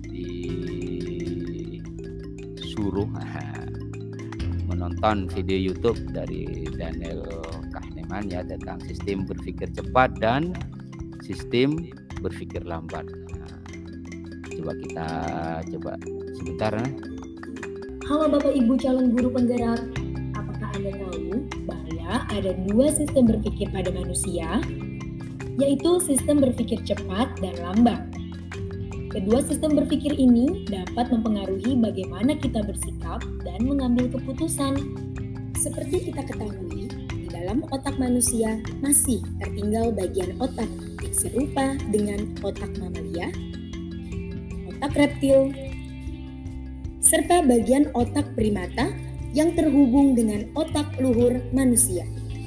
disuruh menonton video YouTube dari Daniel Kahneman ya tentang sistem berpikir cepat dan sistem berpikir lambat. Nah, coba kita coba sebentar. Nah. Halo Bapak Ibu calon guru penggerak, apakah Anda tahu bahwa ada dua sistem berpikir pada manusia, yaitu sistem berpikir cepat dan lambat. Kedua sistem berpikir ini dapat mempengaruhi bagaimana kita bersikap dan mengambil keputusan. Seperti kita ketahui, di dalam otak manusia masih tertinggal bagian otak yang serupa dengan otak mamalia, otak reptil, serta bagian otak primata yang terhubung dengan otak luhur manusia.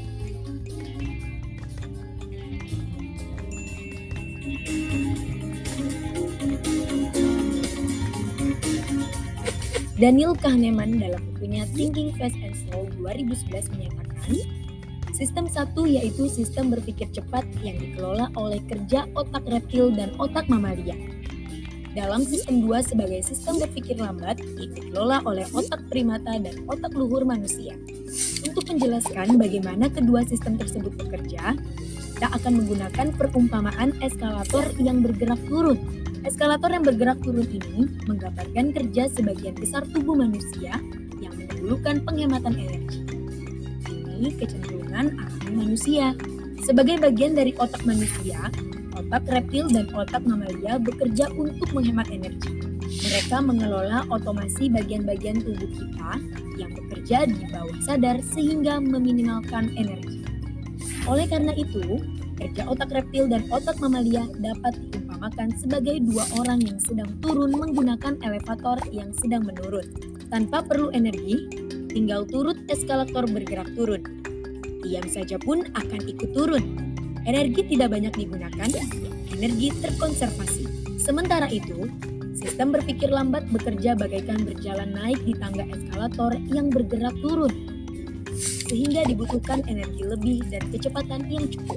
Daniel Kahneman dalam bukunya Thinking Fast and Slow dua ribu sebelas menyatakan, sistem satu yaitu sistem berpikir cepat yang dikelola oleh kerja otak reptil dan otak mamalia. Dalam sistem dua sebagai sistem berpikir lambat yang dikelola oleh otak primata dan otak luhur manusia. Untuk menjelaskan bagaimana kedua sistem tersebut bekerja, kita akan menggunakan perumpamaan eskalator yang bergerak turun. Eskalator yang bergerak turun ini menggambarkan kerja sebagian besar tubuh manusia yang mendahulukan penghematan energi. Ini kecenderungan alami manusia. Sebagai bagian dari otak manusia, otak reptil dan otak mamalia bekerja untuk menghemat energi. Mereka mengelola otomasi bagian-bagian tubuh kita yang bekerja di bawah sadar sehingga meminimalkan energi. Oleh karena itu, kerja otak reptil dan otak mamalia dapat diumpamakan sebagai dua orang yang sedang turun menggunakan elevator yang sedang menurun. Tanpa perlu energi, tinggal turut eskalator bergerak turun. Diam saja pun akan ikut turun. Energi tidak banyak digunakan, energi terkonservasi. Sementara itu, sistem berpikir lambat bekerja bagaikan berjalan naik di tangga eskalator yang bergerak turun. sehingga dibutuhkan energi lebih dan kecepatan yang cukup.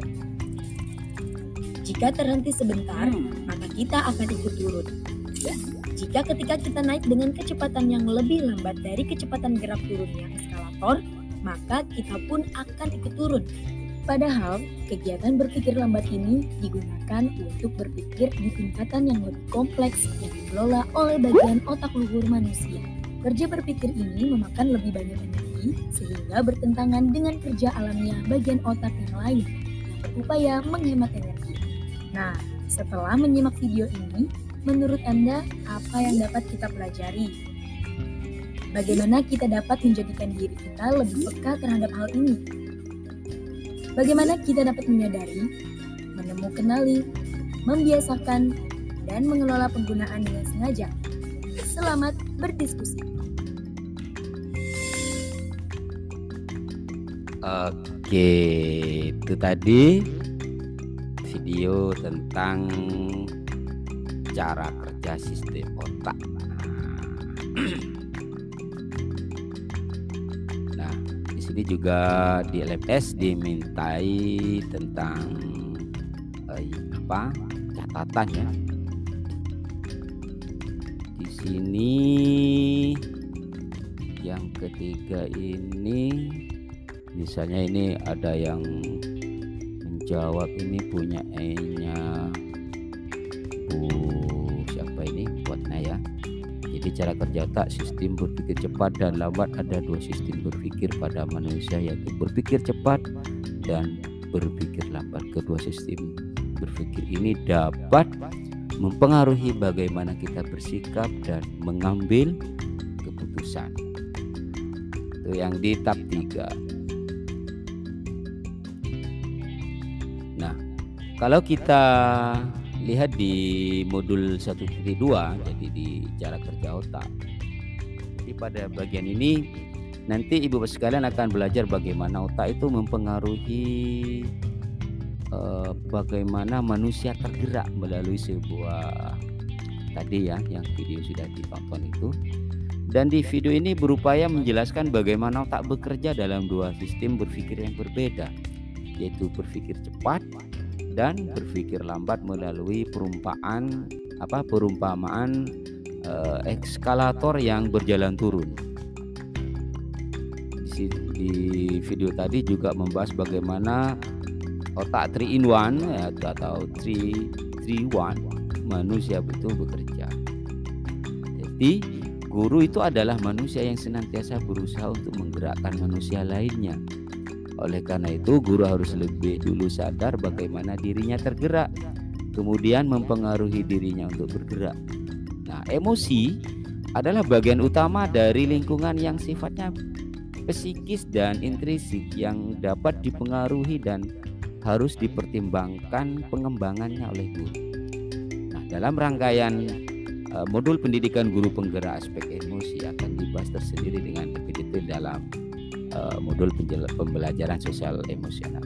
Jika terhenti sebentar, maka kita akan ikut turun. Jika ketika kita naik dengan kecepatan yang lebih lambat dari kecepatan gerak turunnya eskalator, maka kita pun akan ikut turun. Padahal, kegiatan berpikir lambat ini digunakan untuk berpikir di tingkatan yang lebih kompleks yang dikelola oleh bagian otak luhur manusia. Kerja berpikir ini memakan lebih banyak energi sehingga bertentangan dengan kerja alamiah bagian otak yang lain yang berupaya menghemat energi. Nah, setelah menyimak video ini, menurut Anda apa yang dapat kita pelajari? Bagaimana kita dapat menjadikan diri kita lebih peka terhadap hal ini? Bagaimana kita dapat menyadari, menemukanali, membiasakan, dan mengelola penggunaan dengan sengaja? Selamat berdiskusi. Oke, itu tadi video tentang cara kerja sistem otak. Nah, di sini juga di L M S dimintai tentang eh, apa catatan ya. Di sini yang ketiga ini, misalnya ini ada yang menjawab, ini punya E-nya Bu siapa ini buatnya ya. Jadi cara kerja otak sistem berpikir cepat dan lambat, ada dua sistem berpikir pada manusia, yaitu berpikir cepat dan berpikir lambat. Kedua sistem berpikir ini dapat mempengaruhi bagaimana kita bersikap dan mengambil keputusan. Itu yang di tab tiga. Nah, kalau kita lihat di modul satu titik dua, jadi di cara kerja otak. Jadi pada bagian ini nanti Ibu Bapak sekalian akan belajar bagaimana otak itu mempengaruhi eh, bagaimana manusia tergerak melalui sebuah tadi ya yang video sudah ditonton itu. Dan di video ini berupaya menjelaskan bagaimana otak bekerja dalam dua sistem berpikir yang berbeda, yaitu berpikir cepat dan berpikir lambat melalui perumpamaan apa perumpamaan eh, eskalator yang berjalan turun. Di, di video tadi juga membahas bagaimana otak three in one ya, atau three three one manusia itu bekerja. Jadi guru itu adalah manusia yang senantiasa berusaha untuk menggerakkan manusia lainnya. Oleh karena itu, guru harus lebih dulu sadar bagaimana dirinya tergerak, kemudian mempengaruhi dirinya untuk bergerak. Nah, emosi adalah bagian utama dari lingkungan yang sifatnya psikis dan intrinsik yang dapat dipengaruhi dan harus dipertimbangkan pengembangannya oleh guru. Nah, dalam rangkaian uh, modul pendidikan guru penggerak aspek emosi akan dibahas tersendiri dengan lebih detail dalam Uh, modul pembelajaran sosial emosional.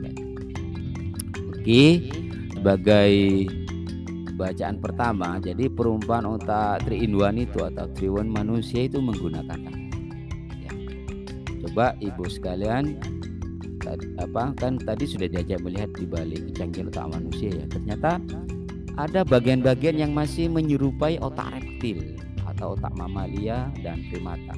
Oke, sebagai bacaan pertama, jadi perumpamaan otak three in one itu atau three in one manusia itu menggunakan tangan. Ya. Coba Ibu sekalian, tadi, apa kan tadi sudah diajak melihat di balik kecanggihan otak manusia ya. Ternyata ada bagian-bagian yang masih menyerupai otak reptil atau otak mamalia dan primata.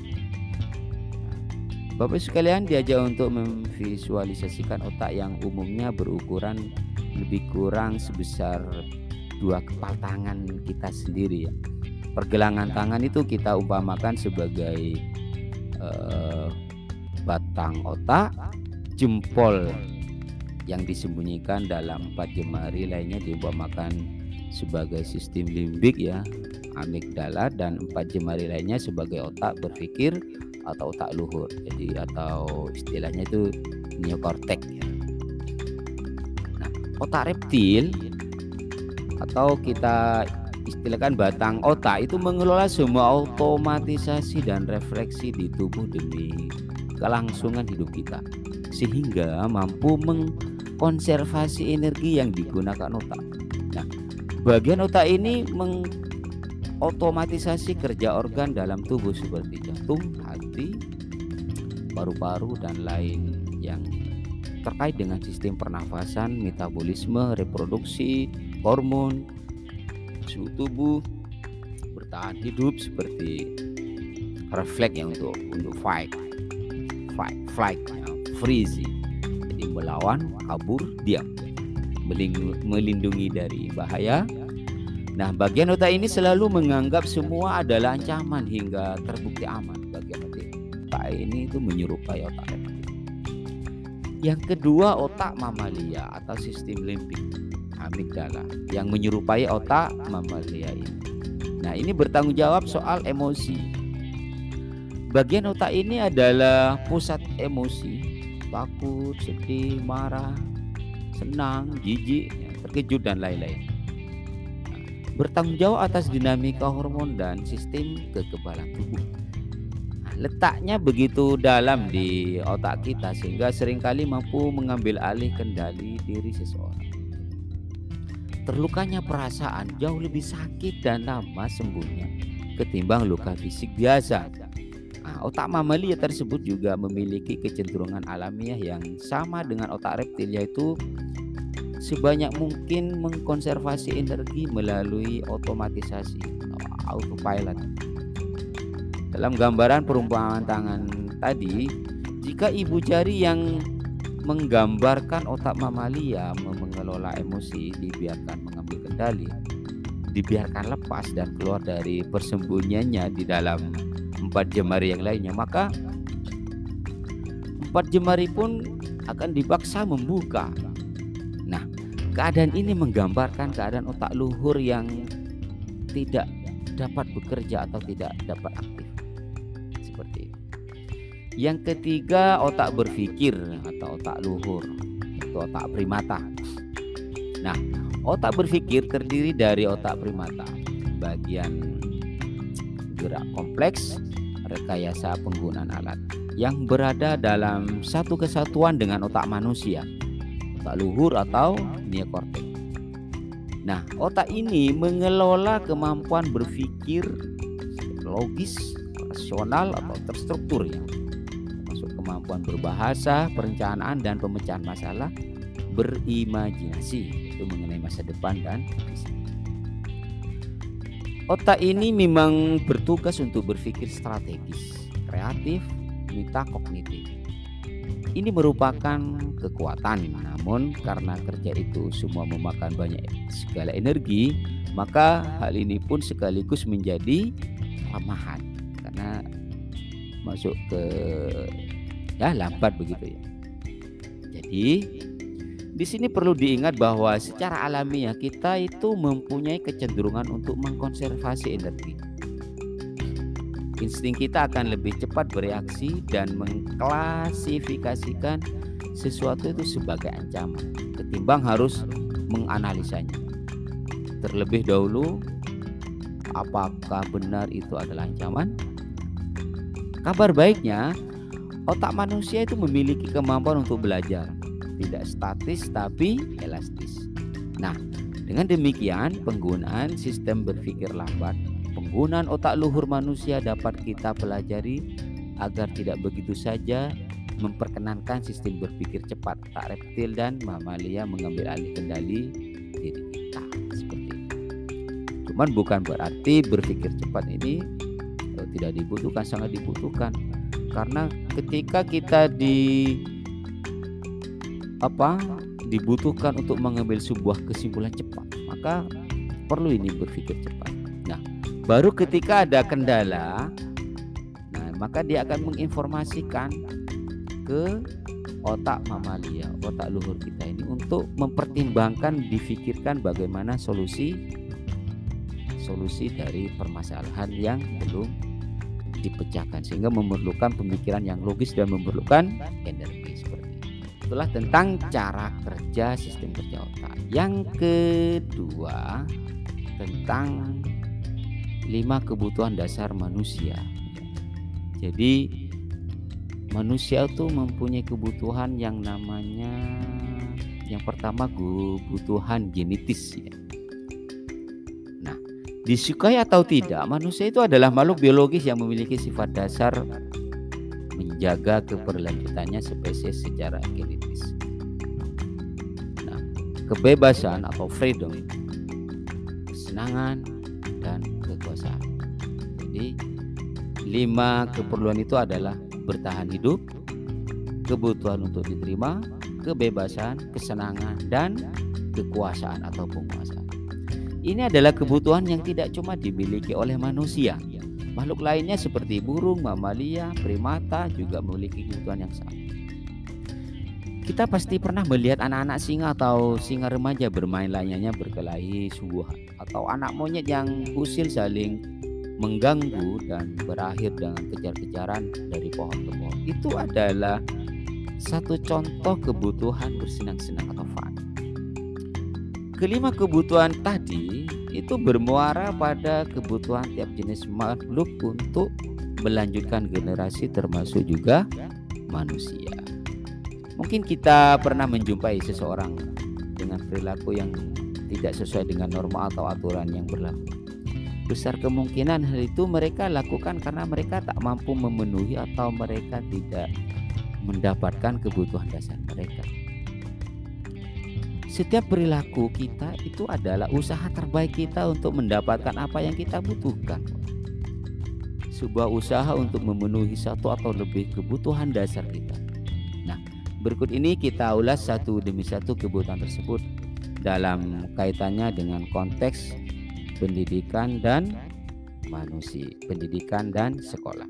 Bapak sekalian diajak untuk memvisualisasikan otak yang umumnya berukuran lebih kurang sebesar dua kepal tangan kita sendiri ya. Pergelangan tangan itu kita umpamakan sebagai eh, batang otak, jempol yang disembunyikan dalam empat jemari lainnya diumpamakan sebagai sistem limbik ya, amigdala, dan empat jemari lainnya sebagai otak berpikir atau otak luhur, jadi atau istilahnya itu neokortek ya. Nah, otak reptil atau kita istilahkan batang otak itu mengelola semua otomatisasi dan refleksi di tubuh demi kelangsungan hidup kita, sehingga mampu mengkonservasi energi yang digunakan otak. Nah, bagian otak ini meng otomatisasi kerja organ dalam tubuh seperti jantung, hati, paru-paru dan lain yang terkait dengan sistem pernafasan, metabolisme, reproduksi, hormon, suhu tubuh, bertahan hidup seperti refleks yang untuk untuk fight, fight, flight, ya, freeze, jadi melawan, kabur, diam, melindungi dari bahaya. Nah, bagian otak ini selalu menganggap semua adalah ancaman hingga terbukti aman. Bagian otak ini itu menyerupai otak reptil. Yang kedua, otak mamalia atau sistem limbik, amigdala, yang menyerupai otak mamalia ini. Nah, ini bertanggung jawab soal emosi. Bagian otak ini adalah pusat emosi, takut, sedih, marah, senang, jijik, terkejut dan lain-lain. Nah, bertanggung jawab atas dinamika hormon dan sistem kekebalan tubuh. Letaknya begitu dalam di otak kita sehingga seringkali mampu mengambil alih kendali diri seseorang. Terlukanya perasaan jauh lebih sakit dan lama sembuhnya ketimbang luka fisik biasa. Nah, otak mamalia tersebut juga memiliki kecenderungan alamiah yang sama dengan otak reptil, yaitu sebanyak mungkin mengkonservasi energi melalui otomatisasi atau autopilot. Dalam gambaran perumpamaan tangan tadi, jika ibu jari yang menggambarkan otak mamalia mengelola emosi dibiarkan mengambil kendali, dibiarkan lepas dan keluar dari persembunyiannya di dalam empat jemari yang lainnya, maka empat jemari pun akan dipaksa membuka. Nah, keadaan ini menggambarkan keadaan otak luhur yang tidak dapat bekerja atau tidak dapat aktif. Seperti itu. Yang ketiga, otak berpikir atau otak luhur, itu otak primata. Nah, otak berpikir terdiri dari otak primata, bagian gerak kompleks, rekayasa penggunaan alat, yang berada dalam satu kesatuan dengan otak manusia, otak luhur atau neokorteks. Nah, otak ini mengelola kemampuan berpikir logis, rasional atau terstruktur, ya, termasuk kemampuan berbahasa, perencanaan dan pemecahan masalah, berimajinasi, itu mengenai masa depan dan visi. Otak ini memang bertugas untuk berpikir strategis, kreatif, metakognitif. Ini merupakan kekuatan, namun karena kerja itu semua memakan banyak segala energi, maka hal ini pun sekaligus menjadi kelemahan karena masuk ke ya lambat begitu ya. Jadi di sini perlu diingat bahwa secara alamiah kita itu mempunyai kecenderungan untuk mengkonservasi energi. Insting kita akan lebih cepat bereaksi dan mengklasifikasikan sesuatu itu sebagai ancaman ketimbang harus menganalisanya terlebih dahulu, apakah benar itu adalah ancaman. Kabar baiknya, otak manusia itu memiliki kemampuan untuk belajar, tidak statis tapi elastis. Nah, dengan demikian penggunaan sistem berpikir lambat, penggunaan otak luhur manusia dapat kita pelajari agar tidak begitu saja memperkenankan sistem berpikir cepat otak reptil dan mamalia mengambil alih kendali diri kita seperti itu. Cuman bukan berarti berpikir cepat ini eh, tidak dibutuhkan, sangat dibutuhkan. Karena ketika kita di apa dibutuhkan untuk mengambil sebuah kesimpulan cepat, maka perlu ini berpikir cepat. Nah, baru ketika ada kendala, nah maka dia akan menginformasikan ke otak mamalia, otak luhur kita ini untuk mempertimbangkan, difikirkan bagaimana solusi solusi dari permasalahan yang belum dipecahkan, sehingga memerlukan pemikiran yang logis dan memerlukan energi seperti itu. Itulah tentang cara kerja sistem kerja otak. Yang kedua, tentang lima kebutuhan dasar manusia. Jadi manusia itu mempunyai kebutuhan yang namanya, yang pertama kebutuhan genetis ya. Nah, disukai atau tidak, manusia itu adalah makhluk biologis yang memiliki sifat dasar menjaga keberlanjutannya spesies secara genetis. Nah, kebebasan atau freedom, kesenangan, dan kekuasaan. Jadi lima keperluan itu adalah bertahan hidup, kebutuhan untuk diterima, kebebasan, kesenangan, dan kekuasaan atau penguasaan. Ini adalah kebutuhan yang tidak cuma dimiliki oleh manusia. Makhluk lainnya seperti burung, mamalia, primata juga memiliki kebutuhan yang sama. Kita pasti pernah melihat anak-anak singa atau singa remaja bermain layaknya berkelahi sungguhan, atau anak monyet yang usil saling mengganggu dan berakhir dengan kejar-kejaran dari pohon ke pohon. Itu adalah satu contoh kebutuhan bersenang-senang atau fun. Kelima kebutuhan tadi itu bermuara pada kebutuhan tiap jenis makhluk untuk melanjutkan generasi, termasuk juga manusia. Mungkin kita pernah menjumpai seseorang dengan perilaku yang tidak sesuai dengan norma atau aturan yang berlaku. Besar kemungkinan hal itu mereka lakukan karena mereka tak mampu memenuhi atau mereka tidak mendapatkan kebutuhan dasar mereka. Setiap perilaku kita itu adalah usaha terbaik kita untuk mendapatkan apa yang kita butuhkan. Sebuah usaha untuk memenuhi satu atau lebih kebutuhan dasar kita. Nah, berikut ini kita ulas satu demi satu kebutuhan tersebut dalam kaitannya dengan konteks pendidikan dan manusia, pendidikan dan sekolah.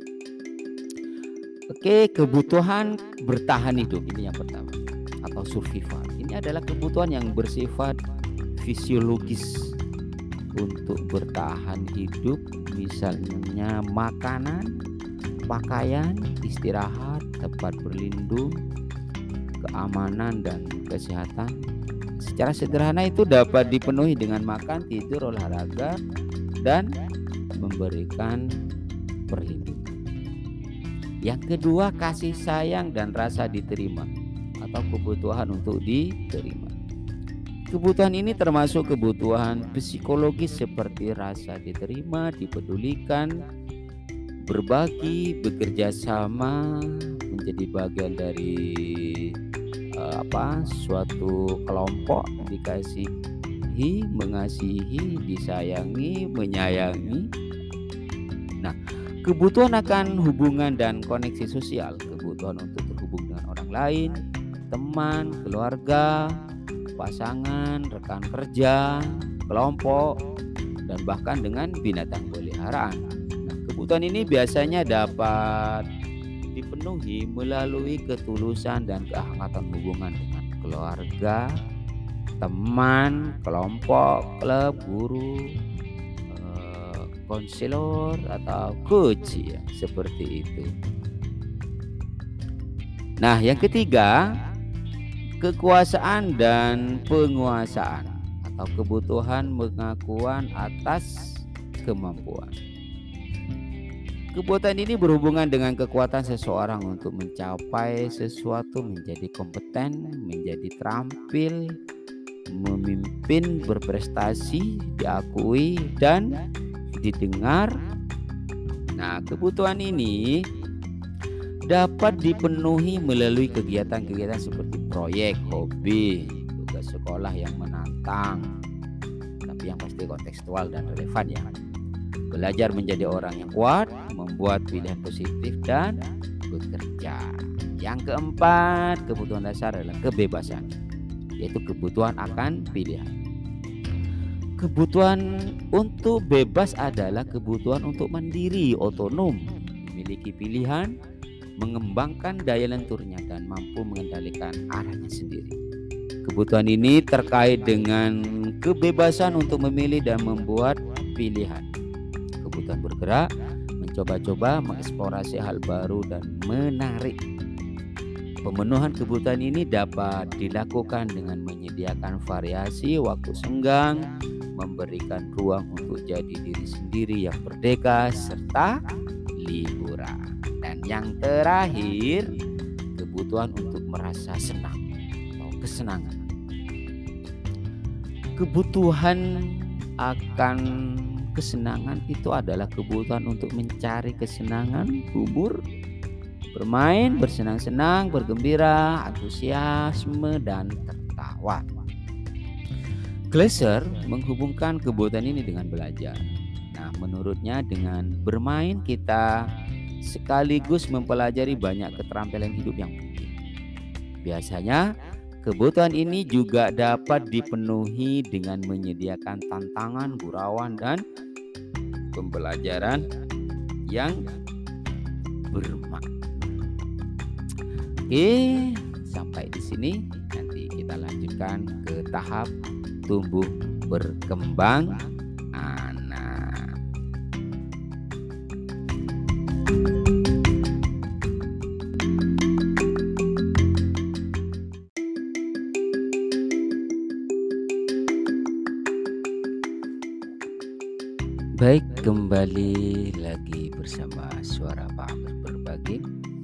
Oke, kebutuhan bertahan hidup ini yang pertama, atau survival. Ini adalah kebutuhan yang bersifat fisiologis untuk bertahan hidup, misalnya makanan, pakaian, istirahat, tempat berlindung, keamanan, dan kesehatan. Secara sederhana itu dapat dipenuhi dengan makan, tidur, olahraga, dan memberikan perlindungan. Yang kedua, kasih sayang dan rasa diterima atau kebutuhan untuk diterima. Kebutuhan ini termasuk kebutuhan psikologis seperti rasa diterima, dipedulikan, berbagi, bekerja sama, menjadi bagian dari uh, apa suatu kelompok, dikasihi, mengasihi, disayangi, menyayangi. Nah, kebutuhan akan hubungan dan koneksi sosial, kebutuhan untuk terhubung dengan orang lain, teman, keluarga, pasangan, rekan kerja, kelompok, dan bahkan dengan binatang peliharaan. Nah, kebutuhan ini biasanya dapat dipenuhi melalui ketulusan dan kehangatan hubungan dengan keluarga, teman, kelompok, klub, guru, eh, konselor, atau coach, ya, seperti itu. Nah, yang ketiga, kekuasaan dan penguasaan atau kebutuhan pengakuan atas kemampuan. Kebutuhan ini berhubungan dengan kekuatan seseorang untuk mencapai sesuatu, menjadi kompeten, menjadi terampil, memimpin, berprestasi, diakui, dan didengar. Nah, kebutuhan ini dapat dipenuhi melalui kegiatan-kegiatan seperti proyek, hobi, tugas sekolah yang menantang, tapi yang pasti kontekstual dan relevan, ya. Belajar menjadi orang yang kuat, membuat pilihan positif, dan bekerja. Yang keempat, kebutuhan dasar adalah kebebasan, yaitu kebutuhan akan pilihan. Kebutuhan untuk bebas adalah kebutuhan untuk mandiri, otonom, memiliki pilihan, mengembangkan daya lenturnya, dan mampu mengendalikan arahnya sendiri. Kebutuhan ini terkait dengan kebebasan untuk memilih dan membuat pilihan. Kebutuhan bergerak, mencoba-coba, mengeksplorasi hal baru, dan menarik. Pemenuhan kebutuhan ini dapat dilakukan dengan menyediakan variasi waktu senggang, memberikan ruang untuk jadi diri sendiri yang merdeka, serta liburan. Dan yang terakhir, kebutuhan untuk merasa senang atau kesenangan. Kebutuhan akan kesenangan itu adalah kebutuhan untuk mencari kesenangan, humor, Bermain, bersenang-senang, bergembira, antusiasme, dan tertawa. Glasser menghubungkan kebutuhan ini dengan belajar. Nah, menurutnya dengan bermain kita sekaligus mempelajari banyak keterampilan hidup yang penting. Biasanya kebutuhan ini juga dapat dipenuhi dengan menyediakan tantangan, gurauan, dan pembelajaran yang bermakna. Oke, sampai di sini. Nanti kita lanjutkan ke tahap tumbuh berkembang anak. Baik, kembali lagi bersama Suara Pak Amir Berbagi.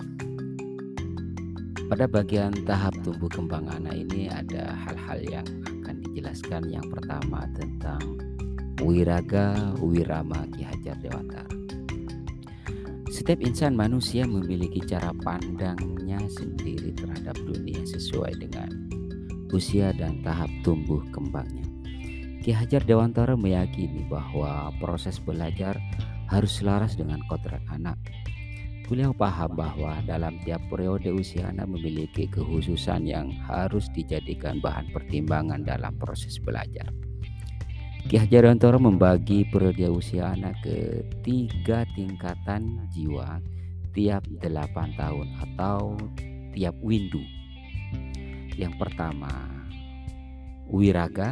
Pada bagian tahap tumbuh kembang anak ini ada hal-hal yang akan dijelaskan. Yang pertama tentang Wiraga Wirama Ki Hajar Dewantara. Setiap insan manusia memiliki cara pandangnya sendiri terhadap dunia sesuai dengan usia dan tahap tumbuh kembangnya. Ki Hajar Dewantara meyakini bahwa proses belajar harus selaras dengan kodrat anak. Beliau paham bahwa dalam tiap periode usia anak memiliki kekhususan yang harus dijadikan bahan pertimbangan dalam proses belajar. Ki Hajar Dewantara membagi periode usia anak ke tiga tingkatan jiwa tiap delapan tahun atau tiap windu. Yang pertama, Wiraga.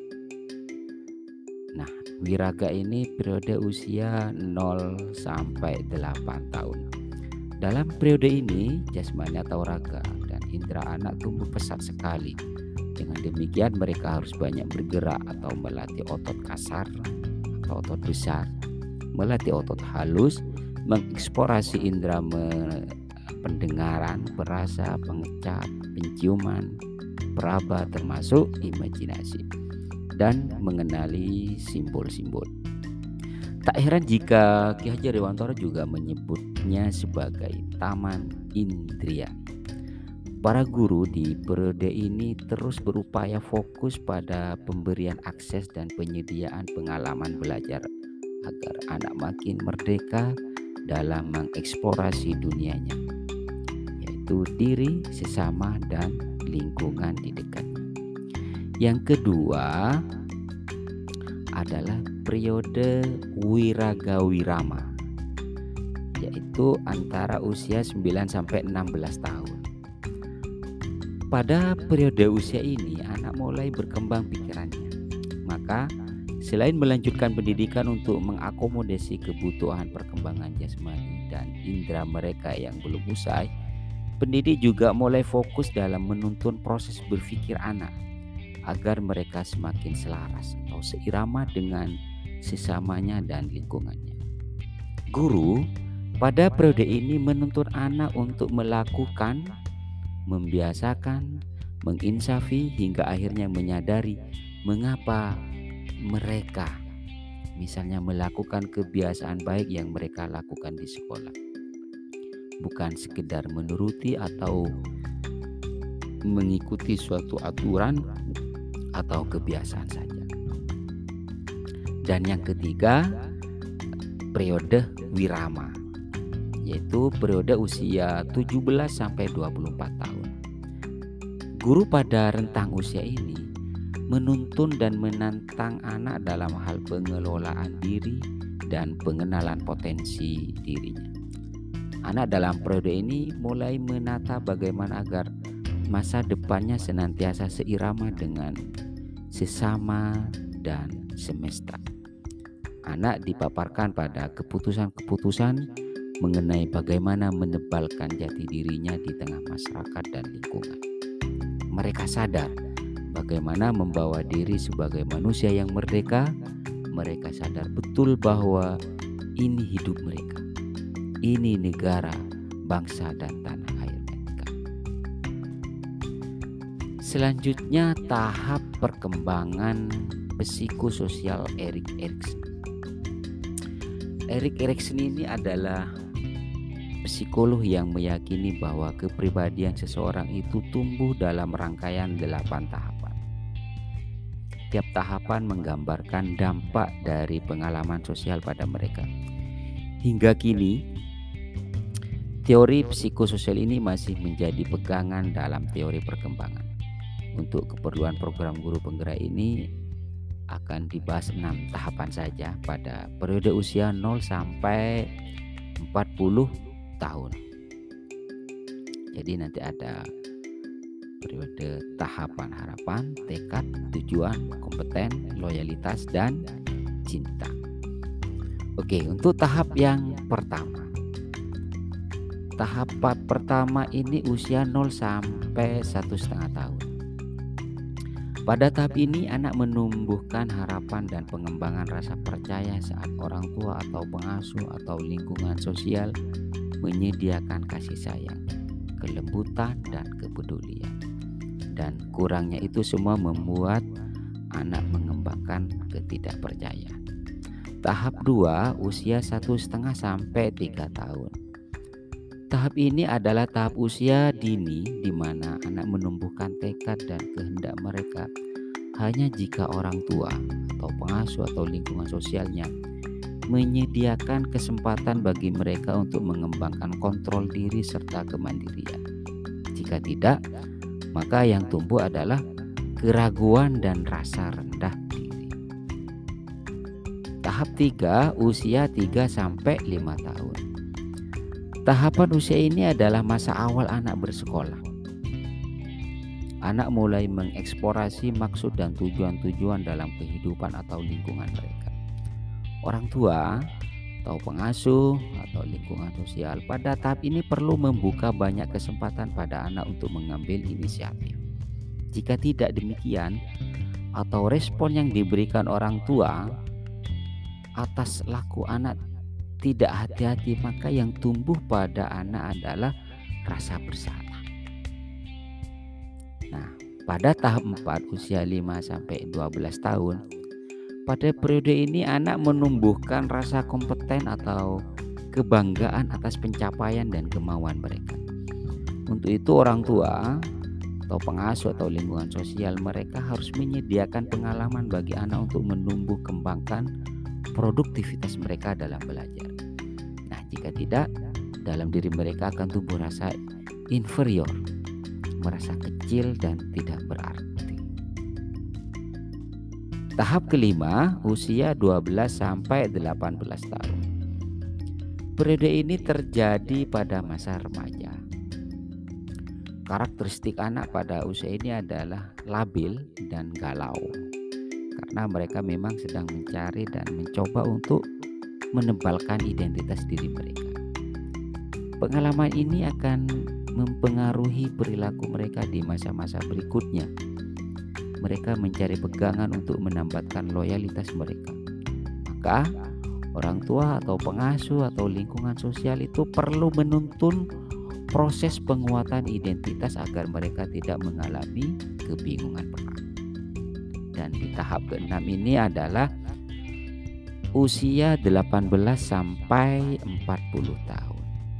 Nah, Wiraga ini periode usia nol sampai delapan tahun. Dalam periode ini, jasmani atau raga dan indera anak tumbuh pesat sekali. Dengan demikian mereka harus banyak bergerak atau melatih otot kasar atau otot besar, melatih otot halus, mengeksplorasi indera me- pendengaran, perasa, pengecap, penciuman, peraba termasuk imajinasi, dan mengenali simbol-simbol. Tak heran jika Ki Hajar Dewantara juga menyebutnya sebagai taman indria. Para guru di periode ini terus berupaya fokus pada pemberian akses dan penyediaan pengalaman belajar agar anak makin merdeka dalam mengeksplorasi dunianya, yaitu diri, sesama, dan lingkungan di dekatnya. Yang kedua adalah periode Wiraga Wirama, yaitu antara usia sembilan sampai enam belas tahun. Pada periode usia ini anak mulai berkembang pikirannya. Maka selain melanjutkan pendidikan untuk mengakomodasi kebutuhan perkembangan jasmani dan indera mereka yang belum usai, pendidik juga mulai fokus dalam menuntun proses berpikir anak agar mereka semakin selaras atau seirama dengan sesamanya dan lingkungannya. Guru pada periode ini menuntun anak untuk melakukan, membiasakan, menginsafi hingga akhirnya menyadari mengapa mereka misalnya melakukan kebiasaan baik yang mereka lakukan di sekolah. Bukan sekedar menuruti atau mengikuti suatu aturan atau kebiasaan saja. Dan yang ketiga, periode Wirama, yaitu periode usia tujuh belas sampai dua puluh empat tahun. Guru pada rentang usia ini menuntun dan menantang anak dalam hal pengelolaan diri dan pengenalan potensi dirinya. Anak dalam periode ini mulai menata bagaimana agar masa depannya senantiasa seirama dengan sesama dan semesta. Anak dipaparkan pada keputusan-keputusan mengenai bagaimana menebalkan jati dirinya di tengah masyarakat dan lingkungan. Mereka sadar bagaimana membawa diri sebagai manusia yang merdeka. Mereka sadar betul bahwa ini hidup mereka, ini negara, bangsa, dan tanah air mereka. Selanjutnya tahap perkembangan psikososial Erik Erikson. Erik Erikson ini adalah psikolog yang meyakini bahwa kepribadian seseorang itu tumbuh dalam rangkaian delapan tahapan. Tiap tahapan menggambarkan dampak dari pengalaman sosial pada mereka. Hingga kini, teori psikososial ini masih menjadi pegangan dalam teori perkembangan. Untuk keperluan program Guru Penggerak ini akan dibahas enam tahapan saja pada periode usia nol sampai empat puluh tahun. Jadi nanti ada periode tahapan harapan, tekad, tujuan, kompeten, loyalitas, dan cinta. Oke, untuk tahap yang pertama. Tahap pertama ini usia nol sampai satu setengah tahun. Pada tahap ini anak menumbuhkan harapan dan pengembangan rasa percaya saat orang tua atau pengasuh atau lingkungan sosial menyediakan kasih sayang, kelembutan, dan kepedulian. Dan kurangnya itu semua membuat anak mengembangkan ketidakpercayaan. Tahap dua usia satu setengah sampai tiga tahun. Tahap ini adalah tahap usia dini di mana anak menumbuhkan tekad dan kehendak mereka hanya jika orang tua atau pengasuh atau lingkungan sosialnya menyediakan kesempatan bagi mereka untuk mengembangkan kontrol diri serta kemandirian. Jika tidak, maka yang tumbuh adalah keraguan dan rasa rendah diri. Tahap tiga usia tiga sampai lima tahun. Tahapan usia ini adalah masa awal anak bersekolah. Anak mulai mengeksplorasi maksud dan tujuan-tujuan dalam kehidupan atau lingkungan mereka. Orang tua atau pengasuh atau lingkungan sosial pada tahap ini perlu membuka banyak kesempatan pada anak untuk mengambil inisiatif. Jika tidak demikian, atau respon yang diberikan orang tua atas laku anak tidak hati-hati, maka yang tumbuh pada anak adalah rasa bersalah. Nah, pada tahap empat usia lima sampai dua belas tahun, pada periode ini anak menumbuhkan rasa kompeten atau kebanggaan atas pencapaian dan kemauan mereka. Untuk itu orang tua atau pengasuh atau lingkungan sosial mereka harus menyediakan pengalaman bagi anak untuk menumbuh kembangkan produktivitas mereka dalam belajar. Nah, jika tidak, dalam diri mereka akan tumbuh rasa inferior, merasa kecil dan tidak berarti. Tahap kelima, usia dua belas sampai delapan belas tahun. Periode ini terjadi pada masa remaja. Karakteristik anak pada usia ini adalah labil dan galau, karena mereka memang sedang mencari dan mencoba untuk menebalkan identitas diri mereka. Pengalaman ini akan mempengaruhi perilaku mereka di masa-masa berikutnya. Mereka mencari pegangan untuk menambatkan loyalitas mereka. Maka orang tua atau pengasuh atau lingkungan sosial itu perlu menuntun proses penguatan identitas agar mereka tidak mengalami kebingungan peran. Dan di tahap keenam ini adalah usia delapan belas sampai empat puluh tahun.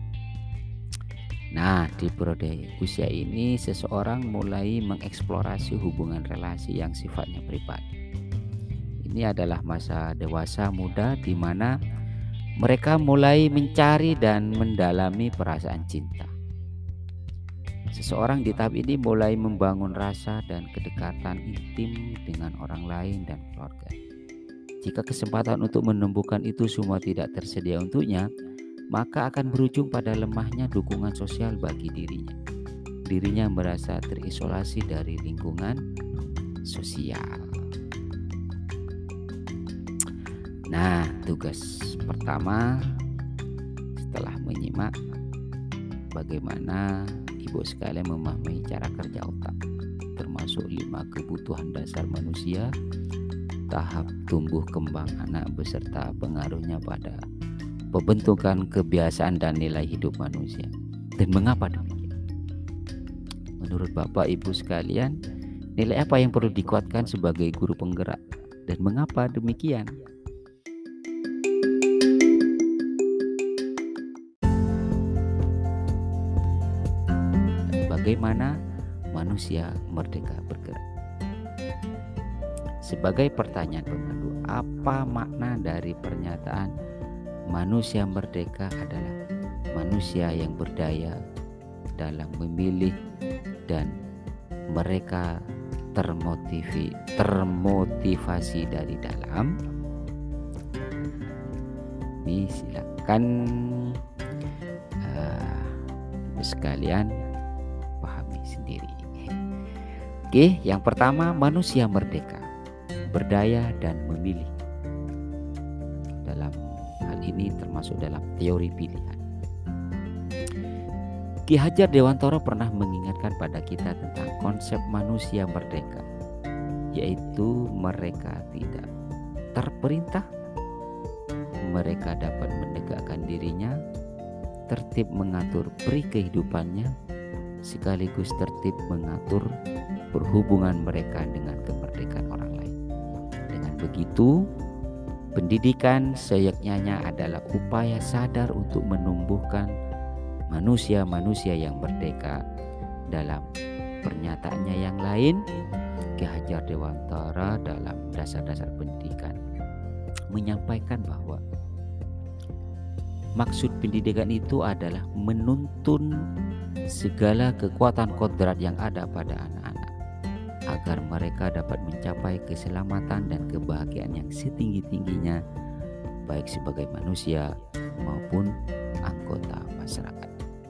Nah, di periode usia ini seseorang mulai mengeksplorasi hubungan relasi yang sifatnya pribadi. Ini adalah masa dewasa muda di mana mereka mulai mencari dan mendalami perasaan cinta. Seseorang di tahap ini mulai membangun rasa dan kedekatan intim dengan orang lain dan keluarga. Jika kesempatan untuk menumbuhkan itu semua tidak tersedia untuknya, maka akan berujung pada lemahnya dukungan sosial bagi dirinya. Dirinya merasa terisolasi dari lingkungan sosial. Nah, tugas pertama setelah menyimak bagaimana ibu sekalian memahami cara kerja otak, termasuk lima kebutuhan dasar manusia, tahap tumbuh kembang anak beserta pengaruhnya pada pembentukan kebiasaan dan nilai hidup manusia. Dan mengapa demikian? Menurut Bapak Ibu sekalian, nilai apa yang perlu dikuatkan sebagai guru penggerak dan mengapa demikian? bagaimana manusia merdeka bergerak. Sebagai pertanyaan pemandu, apa makna dari pernyataan manusia merdeka adalah manusia yang berdaya dalam memilih dan mereka termotivi, termotivasi dari dalam? Ini silakan uh, sekalian pahami sendiri. Oke, yang pertama, manusia merdeka, berdaya dan memilih. Dalam hal ini termasuk dalam teori pilihan. Ki Hajar Dewantara pernah mengingatkan pada kita tentang konsep manusia merdeka, yaitu mereka tidak terperintah, mereka dapat menegakkan dirinya, tertib mengatur peri kehidupannya, sekaligus tertib mengatur perhubungan mereka dengan kemerdekaan orang lain. Dengan begitu, pendidikan seyaknyanya adalah upaya sadar untuk menumbuhkan manusia-manusia yang merdeka. Dalam pernyataannya yang lain, Ki Hajar Dewantara dalam dasar-dasar pendidikan menyampaikan bahwa maksud pendidikan itu adalah menuntun segala kekuatan kodrat yang ada pada anak-anak agar mereka dapat mencapai keselamatan dan kebahagiaan yang setinggi-tingginya, baik sebagai manusia maupun anggota masyarakat.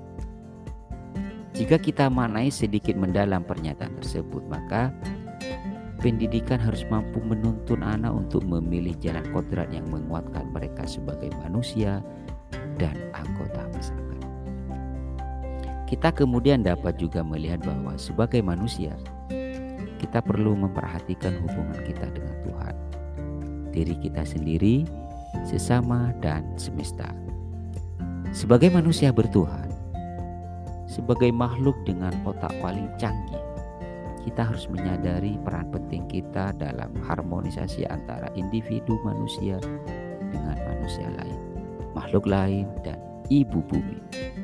Jika kita maknai sedikit mendalam pernyataan tersebut, maka pendidikan harus mampu menuntun anak untuk memilih jalan kodrat yang menguatkan mereka sebagai manusia dan anggota masyarakat. Kita kemudian dapat juga melihat bahwa sebagai manusia, kita perlu memperhatikan hubungan kita dengan Tuhan, diri kita sendiri, sesama, dan semesta. Sebagai manusia bertuhan, sebagai makhluk dengan otak paling canggih, kita harus menyadari peran penting kita dalam harmonisasi antara individu manusia dengan manusia lain, makhluk lain, dan ibu bumi.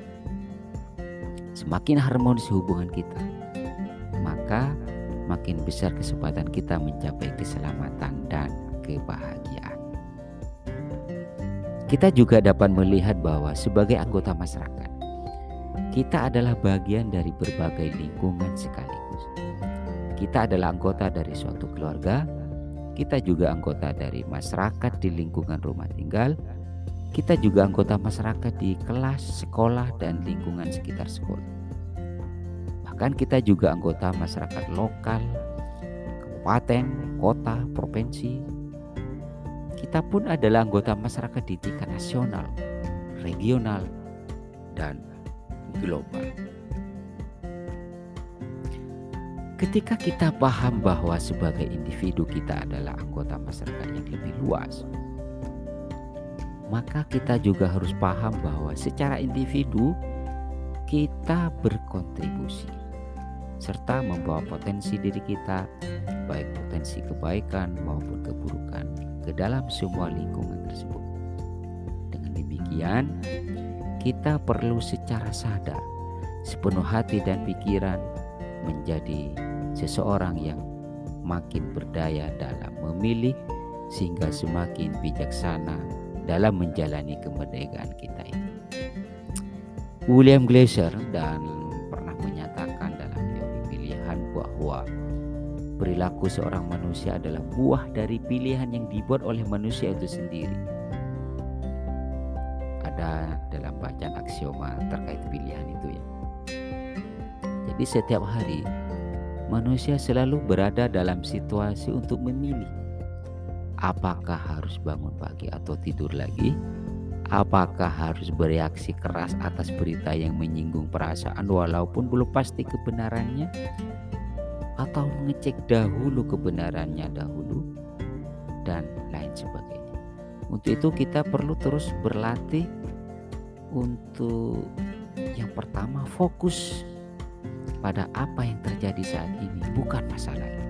Semakin harmonis hubungan kita, maka makin besar kesempatan kita mencapai keselamatan dan kebahagiaan. Kita juga dapat melihat bahwa sebagai anggota masyarakat, kita adalah bagian dari berbagai lingkungan sekaligus. Kita adalah anggota dari suatu keluarga, kita juga anggota dari masyarakat di lingkungan rumah tinggal, kita juga anggota masyarakat di kelas, sekolah, dan lingkungan sekitar sekolah. Bahkan kita juga anggota masyarakat lokal, kabupaten, kota, provinsi. Kita pun adalah anggota masyarakat di tingkat nasional, regional, dan global. Ketika kita paham bahwa sebagai individu kita adalah anggota masyarakat yang lebih luas, maka kita juga harus paham bahwa secara individu kita berkontribusi serta membawa potensi diri kita, baik potensi kebaikan maupun keburukan, ke dalam semua lingkungan tersebut. Dengan demikian, kita perlu secara sadar, sepenuh hati dan pikiran menjadi seseorang yang makin berdaya dalam memilih, sehingga semakin bijaksana dalam menjalani kemerdekaan kita ini. William Glasser dan pernah menyatakan dalam teori pilihan bahwa perilaku seorang manusia adalah buah dari pilihan yang dibuat oleh manusia itu sendiri. Ada dalam bacaan aksioma terkait pilihan itu ya. Jadi setiap hari manusia selalu berada dalam situasi untuk memilih. Apakah harus bangun pagi atau tidur lagi? Apakah harus bereaksi keras atas berita yang menyinggung perasaan walaupun belum pasti kebenarannya? Atau mengecek dahulu kebenarannya dahulu? Dan lain sebagainya. Untuk itu kita perlu terus berlatih untuk yang pertama fokus pada apa yang terjadi saat ini, bukan masa lalu.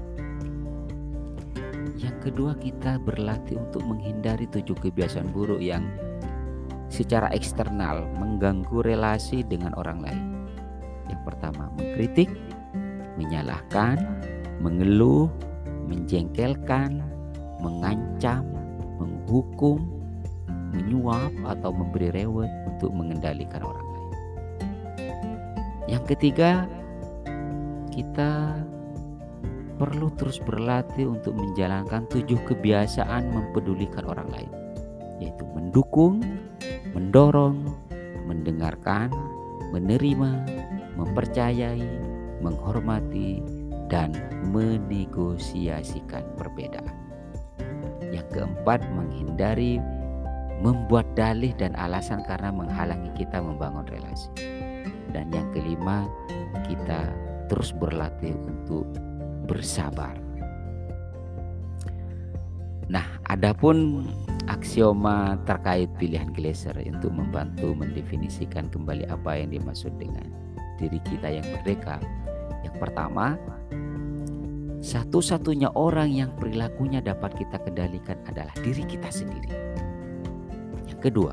Yang kedua, kita berlatih untuk menghindari tujuh kebiasaan buruk yang secara eksternal mengganggu relasi dengan orang lain. Yang pertama, mengkritik, menyalahkan, mengeluh, menjengkelkan, mengancam, menghukum, menyuap atau memberi reward untuk mengendalikan orang lain. Yang ketiga, kita perlu terus berlatih untuk menjalankan tujuh kebiasaan mempedulikan orang lain, yaitu mendukung, mendorong, mendengarkan, menerima, mempercayai, menghormati, dan menegosiasikan perbedaan. Yang keempat, menghindari membuat dalih dan alasan karena menghalangi kita membangun relasi. Dan yang kelima, kita terus berlatih untuk bersabar. Nah, adapun aksioma terkait pilihan Glasser untuk membantu mendefinisikan kembali apa yang dimaksud dengan diri kita yang merdeka. Yang pertama, satu-satunya orang yang perilakunya dapat kita kendalikan adalah diri kita sendiri. Yang kedua,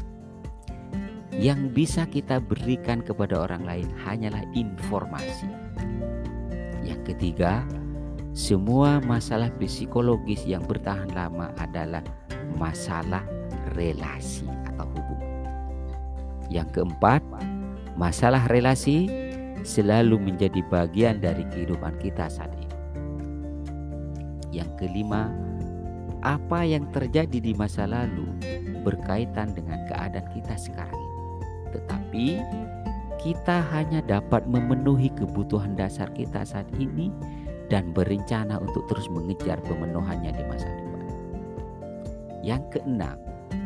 yang bisa kita berikan kepada orang lain hanyalah informasi. Yang ketiga, semua masalah psikologis yang bertahan lama adalah masalah relasi atau hubungan. Yang keempat, masalah relasi selalu menjadi bagian dari kehidupan kita saat ini. Yang kelima, apa yang terjadi di masa lalu berkaitan dengan keadaan kita sekarang ini. Tetapi kita hanya dapat memenuhi kebutuhan dasar kita saat ini dan berencana untuk terus mengejar pemenuhannya di masa depan. Yang keenam,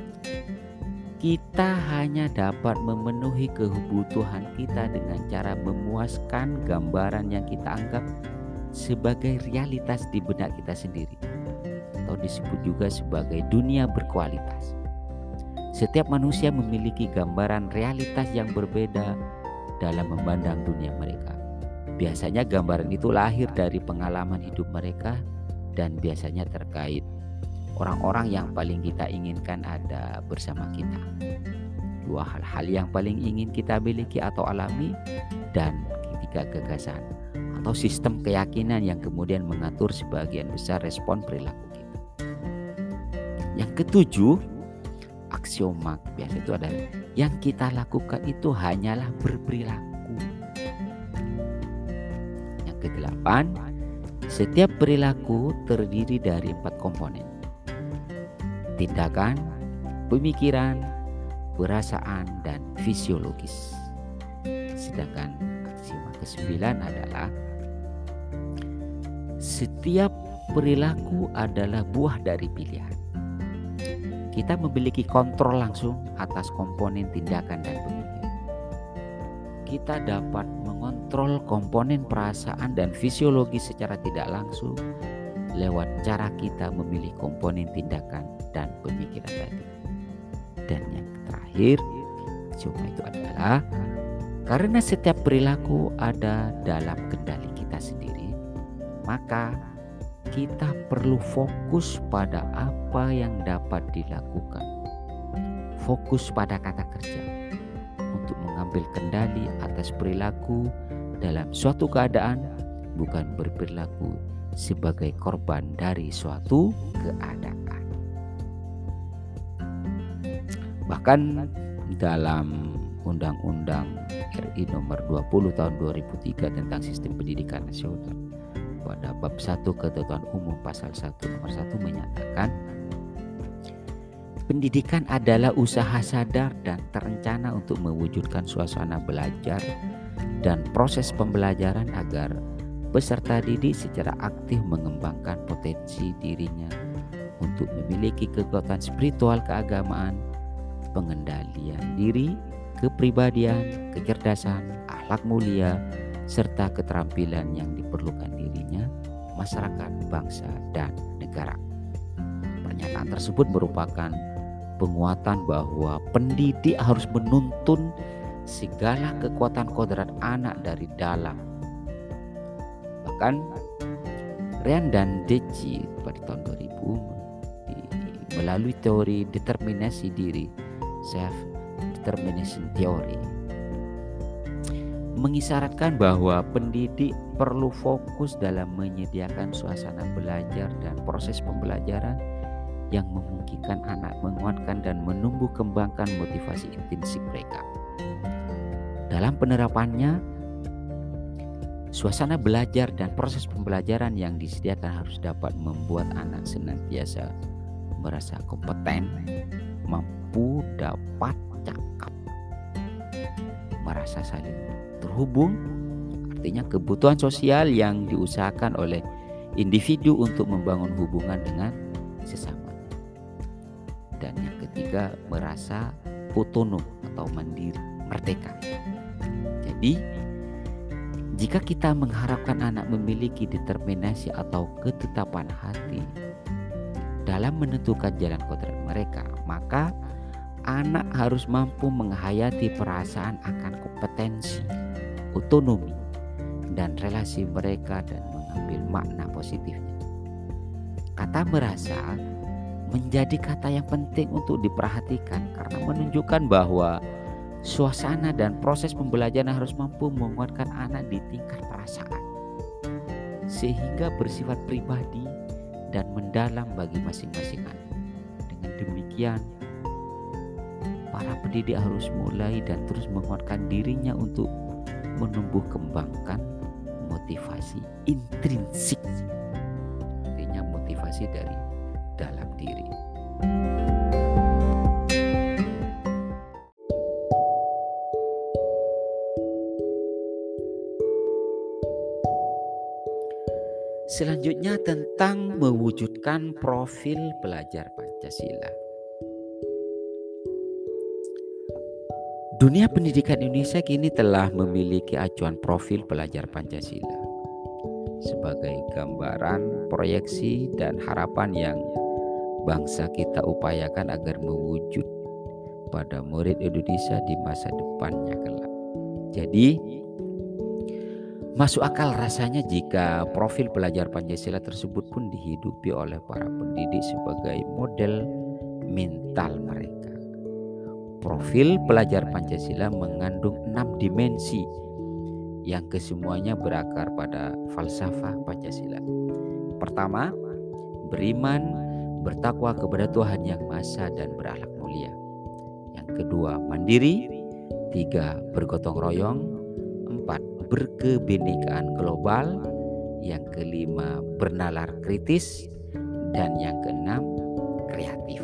kita hanya dapat memenuhi kebutuhan kita dengan cara memuaskan gambaran yang kita anggap sebagai realitas di benak kita sendiri, atau disebut juga sebagai dunia berkualitas. Setiap manusia memiliki gambaran realitas yang berbeda dalam memandang dunia mereka. Biasanya gambaran itu lahir dari pengalaman hidup mereka dan biasanya terkait orang-orang yang paling kita inginkan ada bersama kita. Dua hal-hal yang paling ingin kita miliki atau alami, dan ketiga, gagasan atau sistem keyakinan yang kemudian mengatur sebagian besar respon perilaku kita. Yang ketujuh, aksioma biasa itu adalah yang kita lakukan itu hanyalah berperilaku. Yang kedelapan, setiap perilaku terdiri dari empat komponen: tindakan, pemikiran, perasaan, dan fisiologis. Sedangkan aksioma kesembilan adalah setiap perilaku adalah buah dari pilihan. Kita memiliki kontrol langsung atas komponen tindakan dan pemikiran. Kita dapat mengontrol komponen perasaan dan fisiologi secara tidak langsung lewat cara kita memilih komponen tindakan dan pemikiran tadi. Dan yang terakhir, aksioma itu adalah karena setiap perilaku ada dalam kendali kita sendiri, maka kita perlu fokus pada apa yang dapat dilakukan. Fokus pada kata kerja untuk mengambil kendali atas perilaku dalam suatu keadaan, bukan berperilaku sebagai korban dari suatu keadaan. Bahkan dalam Undang-Undang R I nomor dua puluh tahun dua ribu tiga tentang Sistem Pendidikan Nasional, pada bab satu ketentuan umum pasal satu nomor satu menyatakan pendidikan adalah usaha sadar dan terencana untuk mewujudkan suasana belajar dan proses pembelajaran agar peserta didik secara aktif mengembangkan potensi dirinya untuk memiliki kekuatan spiritual keagamaan, pengendalian diri, kepribadian, kecerdasan, akhlak mulia, serta keterampilan yang diperlukan dirinya, masyarakat, bangsa, dan negara. Pernyataan tersebut merupakan penguatan bahwa pendidik harus menuntun segala kekuatan kodrat anak dari dalam. Bahkan Ryan dan Deci pada tahun dua ribu melalui teori determinasi diri, self determination theory, mengisyaratkan bahwa pendidik perlu fokus dalam menyediakan suasana belajar dan proses pembelajaran yang memungkinkan anak menguatkan dan menumbuh kembangkan motivasi intrinsik mereka. Dalam penerapannya, suasana belajar dan proses pembelajaran yang disediakan harus dapat membuat anak senantiasa merasa kompeten, mampu dapat cakap, merasa saling terhubung, artinya kebutuhan sosial yang diusahakan oleh individu untuk membangun hubungan dengan sesama. Dan yang ketiga, merasa otonom atau mandiri, merdeka. Jadi, jika kita mengharapkan anak memiliki determinasi atau ketetapan hati dalam menentukan jalan kodrat mereka, maka anak harus mampu menghayati perasaan akan kompetensi, otonomi, dan relasi mereka dan mengambil makna positifnya. Kata merasa menjadi kata yang penting untuk diperhatikan karena menunjukkan bahwa suasana dan proses pembelajaran harus mampu menguatkan anak di tingkat perasaan sehingga bersifat pribadi dan mendalam bagi masing-masing anak. Dengan demikian, para pendidik harus mulai dan terus menguatkan dirinya untuk menumbuh kembangkan motivasi intrinsik, artinya motivasi dari dalam diri. Selanjutnya tentang mewujudkan profil pelajar Pancasila. Dunia pendidikan Indonesia kini telah memiliki acuan profil pelajar Pancasila sebagai gambaran, proyeksi, dan harapan yang bangsa kita upayakan agar mewujud pada murid Indonesia di masa depannya kelak. Jadi, masuk akal rasanya jika profil pelajar Pancasila tersebut pun dihidupi oleh para pendidik sebagai model mental mereka. Profil pelajar Pancasila mengandung enam dimensi yang kesemuanya berakar pada falsafah Pancasila. Pertama, beriman, bertakwa kepada Tuhan Yang Maha Esa dan berakhlak mulia. Yang kedua, mandiri. Tiga, bergotong royong. Empat, berkebinekaan global. Yang kelima, bernalar kritis. Dan yang keenam, kreatif.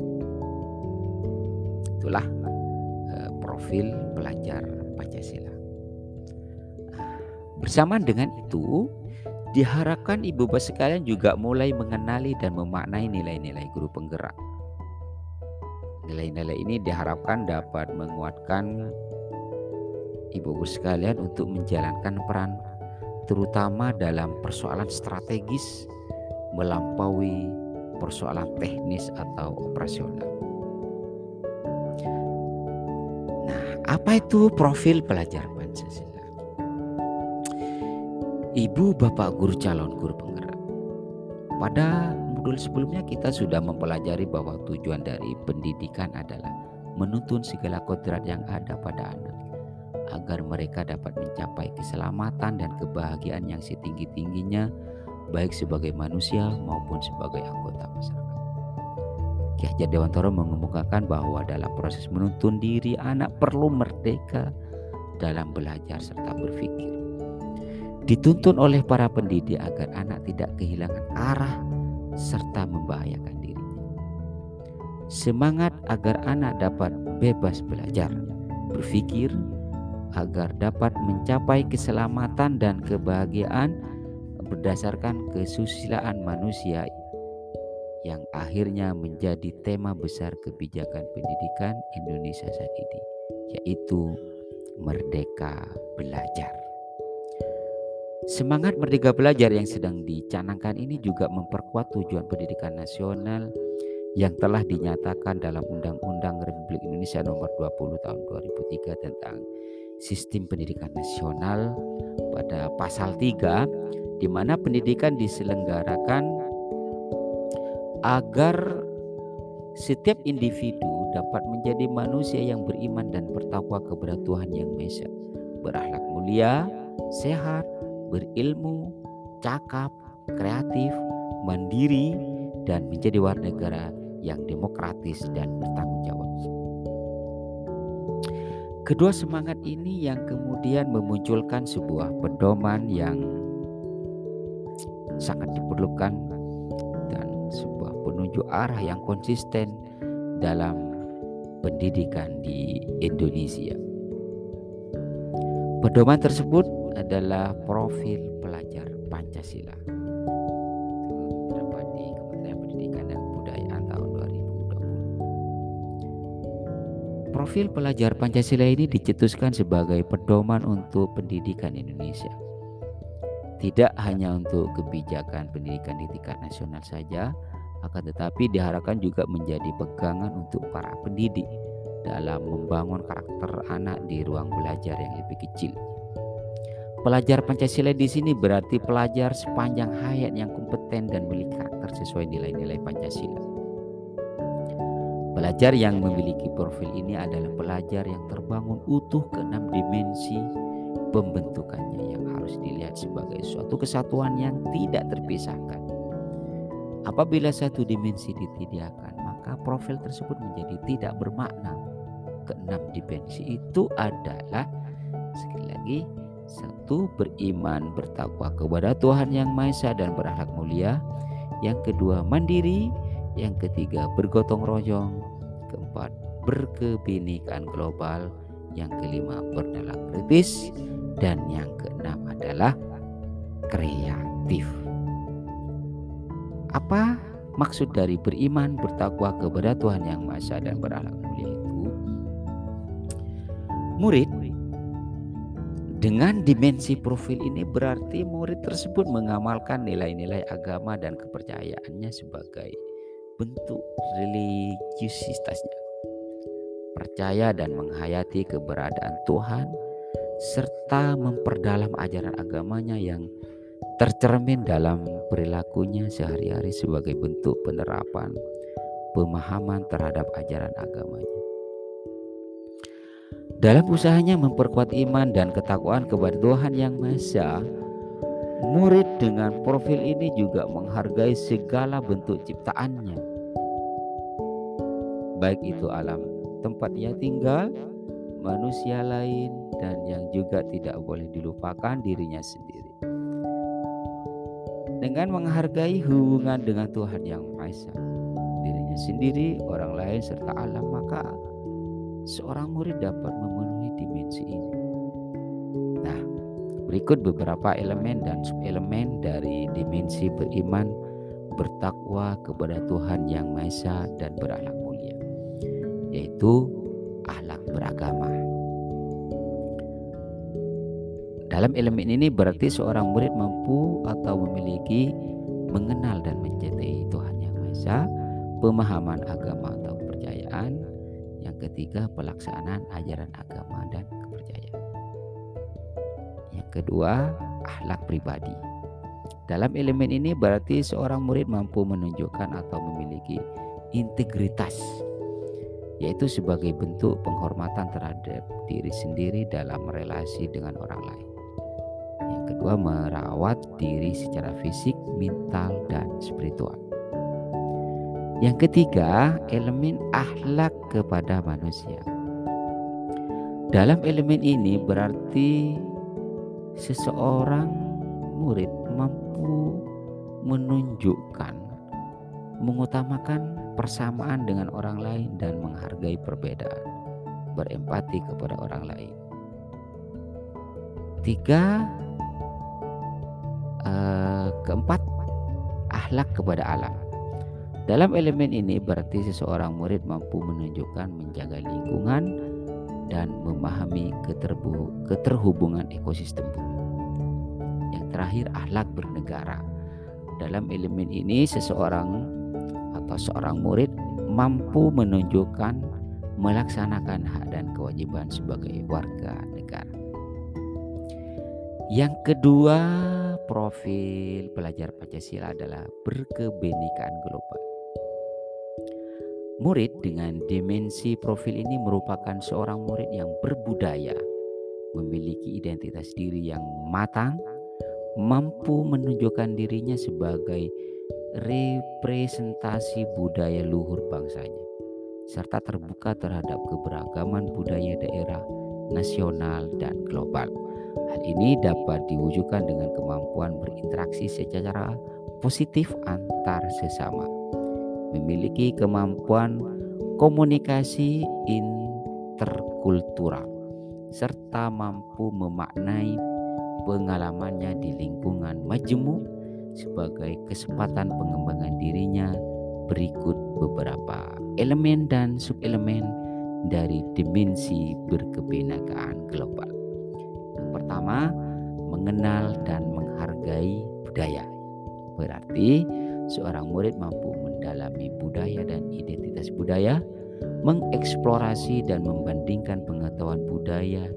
Itulah uh, profil pelajar Pancasila. Bersamaan dengan itu, diharapkan ibu bapak sekalian juga mulai mengenali dan memaknai nilai-nilai guru penggerak. Nilai-nilai ini diharapkan dapat menguatkan ibu bapak sekalian untuk menjalankan peran terutama dalam persoalan strategis melampaui persoalan teknis atau operasional. Nah, apa itu profil pelajar Pancasila? Ibu bapak guru calon guru penggerak. Pada modul sebelumnya kita sudah mempelajari bahwa tujuan dari pendidikan adalah menuntun segala kodrat yang ada pada anak agar mereka dapat mencapai keselamatan dan kebahagiaan yang setinggi-tingginya baik sebagai manusia maupun sebagai anggota masyarakat. Ki Hajar Dewantara mengemukakan bahwa dalam proses menuntun diri anak perlu merdeka dalam belajar serta berpikir. Dituntun oleh para pendidik agar anak tidak kehilangan arah serta membahayakan dirinya. Semangat agar anak dapat bebas belajar, berpikir, agar dapat mencapai keselamatan dan kebahagiaan berdasarkan kesusilaan manusia yang akhirnya menjadi tema besar kebijakan pendidikan Indonesia saat ini, yaitu Merdeka Belajar. Semangat Merdeka Belajar yang sedang dicanangkan ini juga memperkuat tujuan pendidikan nasional yang telah dinyatakan dalam Undang-Undang Republik Indonesia Nomor dua puluh Tahun dua ribu tiga tentang Sistem Pendidikan Nasional pada pasal tiga, di mana pendidikan diselenggarakan agar setiap individu dapat menjadi manusia yang beriman dan bertakwa kepada Tuhan Yang Maha Esa, berakhlak mulia, sehat, berilmu, cakap, kreatif, mandiri, dan menjadi warga negara yang demokratis dan bertanggung jawab. Kedua semangat ini yang kemudian memunculkan sebuah pedoman yang sangat diperlukan dan sebuah penunjuk arah yang konsisten dalam pendidikan di Indonesia. Pedoman tersebut adalah profil pelajar Pancasila. Terdapat di Kementerian Pendidikan dan Kebudayaan tahun dua ribu dua puluh. Profil pelajar Pancasila ini dicetuskan sebagai pedoman untuk pendidikan Indonesia. Tidak hanya untuk kebijakan pendidikan di tingkat nasional saja, akan tetapi diharapkan juga menjadi pegangan untuk para pendidik dalam membangun karakter anak di ruang belajar yang lebih kecil. Pelajar Pancasila di sini berarti pelajar sepanjang hayat yang kompeten dan memiliki karakter sesuai nilai-nilai Pancasila. Pelajar yang memiliki profil ini adalah pelajar yang terbangun utuh ke enam dimensi pembentukannya yang harus dilihat sebagai suatu kesatuan yang tidak terpisahkan. Apabila satu dimensi ditiadakan, maka profil tersebut menjadi tidak bermakna. Keenam dimensi itu adalah, sekali lagi, satu, beriman bertakwa kepada Tuhan Yang Maha Esa dan berakhlak mulia. Yang kedua, mandiri. Yang ketiga, bergotong royong. Keempat, berkebinekaan global. Yang kelima, bernalar kritis. Dan yang keenam adalah kreatif. Apa maksud dari beriman bertakwa kepada Tuhan Yang Maha Esa dan berakhlak mulia itu? Murid dengan dimensi profil ini berarti murid tersebut mengamalkan nilai-nilai agama dan kepercayaannya sebagai bentuk religiusitasnya. Percaya dan menghayati keberadaan Tuhan serta memperdalam ajaran agamanya yang tercermin dalam perilakunya sehari-hari sebagai bentuk penerapan pemahaman terhadap ajaran agamanya. Dalam usahanya memperkuat iman dan ketakwaan kepada Tuhan Yang Maha Esa, murid dengan profil ini juga menghargai segala bentuk ciptaannya, baik itu alam tempat ia tinggal, manusia lain, dan yang juga tidak boleh dilupakan dirinya sendiri. Dengan menghargai hubungan dengan Tuhan Yang Maha Esa, dirinya sendiri, orang lain, serta alam, maka seorang murid dapat memenuhi dimensi ini. Nah, berikut beberapa elemen dan subelemen dari dimensi beriman bertakwa kepada Tuhan Yang Maha Esa dan berakhlak mulia, yaitu akhlak beragama. Dalam elemen ini berarti seorang murid mampu atau memiliki mengenal dan mencintai Tuhan Yang Maha Esa, pemahaman agama atau kepercayaan. Yang ketiga, pelaksanaan ajaran agama dan kepercayaan. Yang kedua, akhlak pribadi. Dalam elemen ini berarti seorang murid mampu menunjukkan atau memiliki integritas, yaitu sebagai bentuk penghormatan terhadap diri sendiri dalam relasi dengan orang lain. Yang kedua, merawat diri secara fisik, mental, dan spiritual. Yang ketiga, elemen akhlak kepada manusia. Dalam elemen ini berarti seseorang murid mampu menunjukkan, mengutamakan persamaan dengan orang lain dan menghargai perbedaan, berempati kepada orang lain. Tiga, eh, keempat, akhlak kepada alam. Dalam elemen ini berarti seseorang murid mampu menunjukkan menjaga lingkungan dan memahami keterbu- keterhubungan ekosistem bumi. Yang terakhir, akhlak bernegara. Dalam elemen ini seseorang atau seorang murid mampu menunjukkan melaksanakan hak dan kewajiban sebagai warga negara. Yang kedua, profil pelajar Pancasila adalah berkebinekaan global. Murid dengan dimensi profil ini merupakan seorang murid yang berbudaya, memiliki identitas diri yang matang, mampu menunjukkan dirinya sebagai representasi budaya luhur bangsanya, serta terbuka terhadap keberagaman budaya daerah, nasional, dan global. Hal ini dapat diwujudkan dengan kemampuan berinteraksi secara positif antar sesama, memiliki kemampuan komunikasi interkultural, serta mampu memaknai pengalamannya di lingkungan majemuk sebagai kesempatan pengembangan dirinya. Berikut beberapa elemen dan subelemen dari dimensi berkebinekaan global. Yang pertama, mengenal dan menghargai budaya. Berarti seorang murid mampu mendalami budaya dan identitas budaya, mengeksplorasi dan membandingkan pengetahuan budaya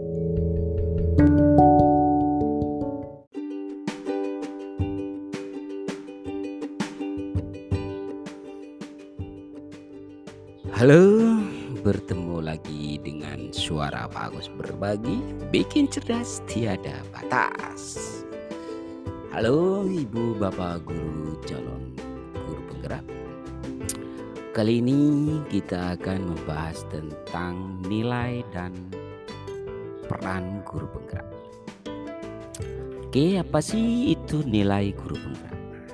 Halo, bertemu lagi dengan suara Pak Agus berbagi, bikin cerdas tiada batas. Halo ibu bapak guru calon guru penggerak. Kali ini kita akan membahas tentang nilai dan peran guru penggerak. Oke, apa sih itu nilai guru penggerak?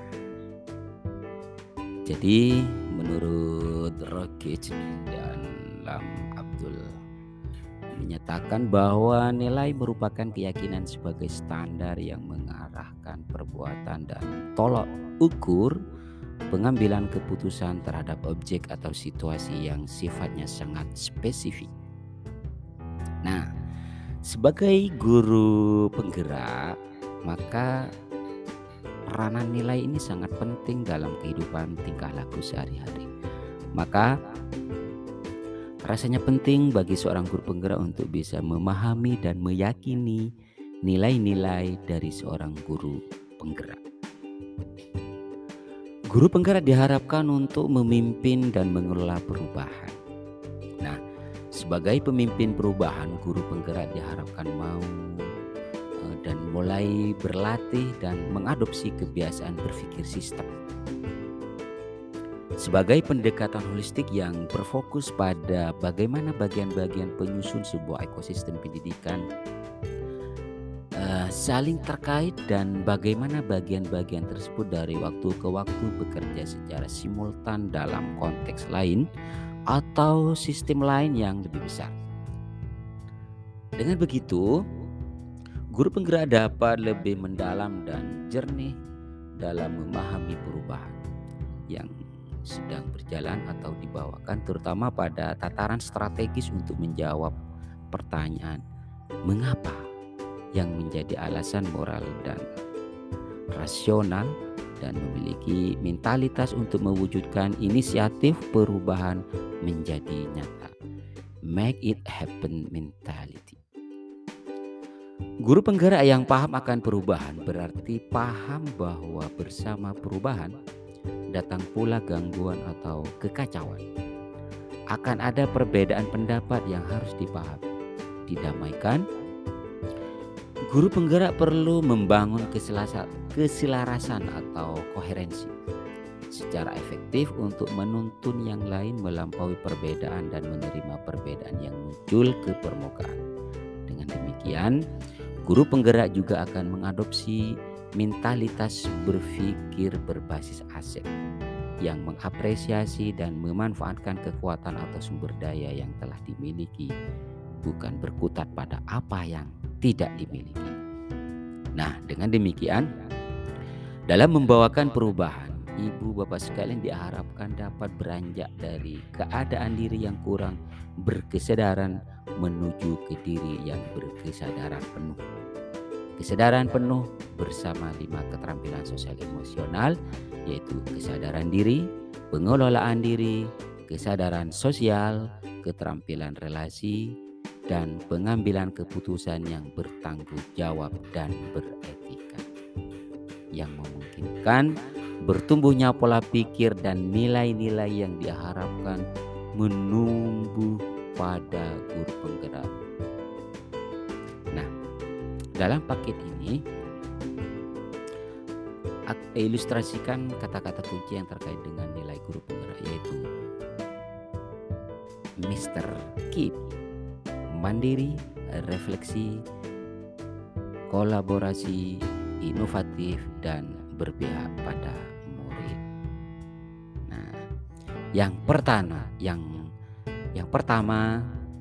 Jadi menurut Rokic dan Lam Abdul menyatakan bahwa nilai merupakan keyakinan sebagai standar yang mengarahkan perbuatan dan tolak ukur pengambilan keputusan terhadap objek atau situasi yang sifatnya sangat spesifik. Nah, sebagai guru penggerak, maka peranan nilai ini sangat penting dalam kehidupan tingkah laku sehari-hari. Maka rasanya penting bagi seorang guru penggerak untuk bisa memahami dan meyakini nilai-nilai dari seorang guru penggerak. Guru penggerak diharapkan untuk memimpin dan mengelola perubahan. Nah, sebagai pemimpin perubahan, guru penggerak diharapkan mau dan mulai berlatih dan mengadopsi kebiasaan berpikir sistem. Sebagai pendekatan holistik yang berfokus pada bagaimana bagian-bagian penyusun sebuah ekosistem pendidikan uh, saling terkait dan bagaimana bagian-bagian tersebut dari waktu ke waktu bekerja secara simultan dalam konteks lain atau sistem lain yang lebih besar. Dengan begitu, guru penggerak dapat lebih mendalam dan jernih dalam memahami perubahan yang sedang berjalan atau dibawakan, terutama pada tataran strategis untuk menjawab pertanyaan mengapa yang menjadi alasan moral dan rasional, dan memiliki mentalitas untuk mewujudkan inisiatif perubahan menjadi nyata. Make it happen mentality. Guru penggerak yang paham akan perubahan berarti paham bahwa bersama perubahan datang pula gangguan atau kekacauan. Akan ada perbedaan pendapat yang harus dipahami, didamaikan. Guru penggerak perlu membangun keselarasan atau koherensi secara efektif untuk menuntun yang lain melampaui perbedaan dan menerima perbedaan yang muncul ke permukaan. Dengan demikian, guru penggerak juga akan mengadopsi mentalitas berpikir berbasis aset yang mengapresiasi dan memanfaatkan kekuatan atau sumber daya yang telah dimiliki, bukan berkutat pada apa yang tidak dimiliki. Nah, dengan demikian, dalam membawakan perubahan, ibu bapak sekalian diharapkan dapat beranjak dari keadaan diri yang kurang berkesadaran menuju ke diri yang berkesadaran penuh. Kesadaran penuh bersama lima keterampilan sosial emosional, yaitu kesadaran diri, pengelolaan diri, kesadaran sosial, keterampilan relasi, dan pengambilan keputusan yang bertanggung jawab dan beretika, yang memungkinkan bertumbuhnya pola pikir dan nilai-nilai yang diharapkan menumbuh pada guru penggerak. Nah, Dalam paket ini ilustrasikan kata-kata kunci yang terkait dengan nilai guru penggerak, yaitu mister Keep, mandiri, refleksi, kolaborasi, inovatif, dan berpihak pada murid. Nah, yang pertama, yang yang pertama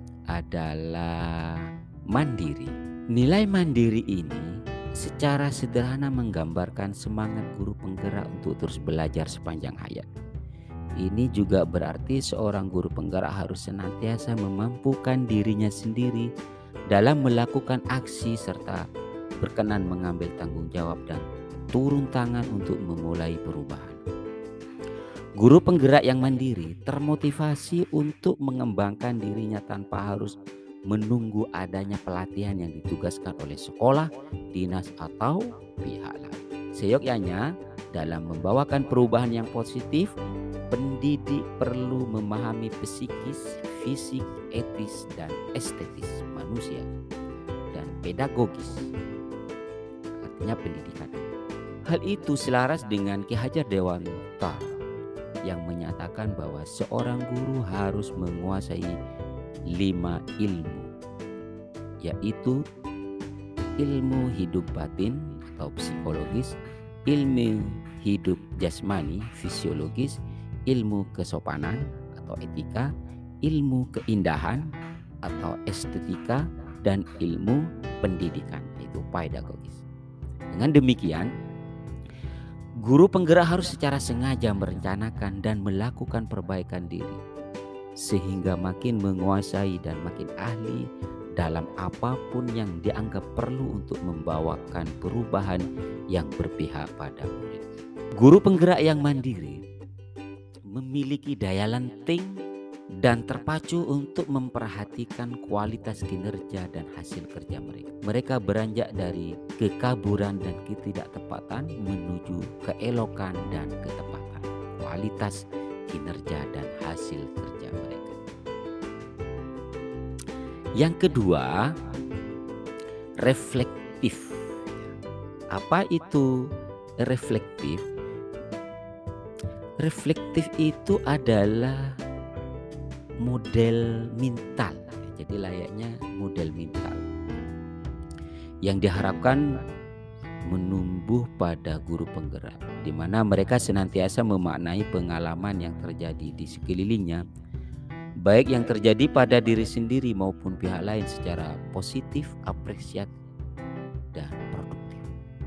adalah mandiri. Nilai mandiri ini secara sederhana menggambarkan semangat guru penggerak untuk terus belajar sepanjang hayat. Ini juga berarti seorang guru penggerak harus senantiasa memampukan dirinya sendiri dalam melakukan aksi serta berkenan mengambil tanggung jawab dan turun tangan untuk memulai perubahan. Guru penggerak yang mandiri termotivasi untuk mengembangkan dirinya tanpa harus menunggu adanya pelatihan yang ditugaskan oleh sekolah, dinas, atau pihak lain. Seyogyanya, dalam membawakan perubahan yang positif, pendidik perlu memahami psikis, fisik, etis, dan estetis manusia, dan pedagogis, artinya pendidikan. Hal itu selaras dengan Ki Hajar Dewantara yang menyatakan bahwa seorang guru harus menguasai lima ilmu, yaitu ilmu hidup batin atau psikologis, ilmu hidup jasmani fisiologis, ilmu kesopanan atau etika, ilmu keindahan atau estetika, dan ilmu pendidikan yaitu pedagogis. Dengan demikian, guru penggerak harus secara sengaja merencanakan dan melakukan perbaikan diri sehingga makin menguasai dan makin ahli dalam apapun yang dianggap perlu untuk membawakan perubahan yang berpihak pada murid. Guru penggerak yang mandiri memiliki daya lenting dan terpacu untuk memperhatikan kualitas kinerja dan hasil kerja mereka. Mereka beranjak dari kekaburan dan ketidaktepatan menuju keelokan dan ketepatan, kualitas kinerja dan hasil kerja mereka. Yang kedua, reflektif. Apa itu reflektif? Reflektif itu adalah model mental. Jadi layaknya model mental yang diharapkan menumbuh pada guru penggerak, di mana mereka senantiasa memaknai pengalaman yang terjadi di sekelilingnya, baik yang terjadi pada diri sendiri maupun pihak lain secara positif, apresiatif, dan produktif.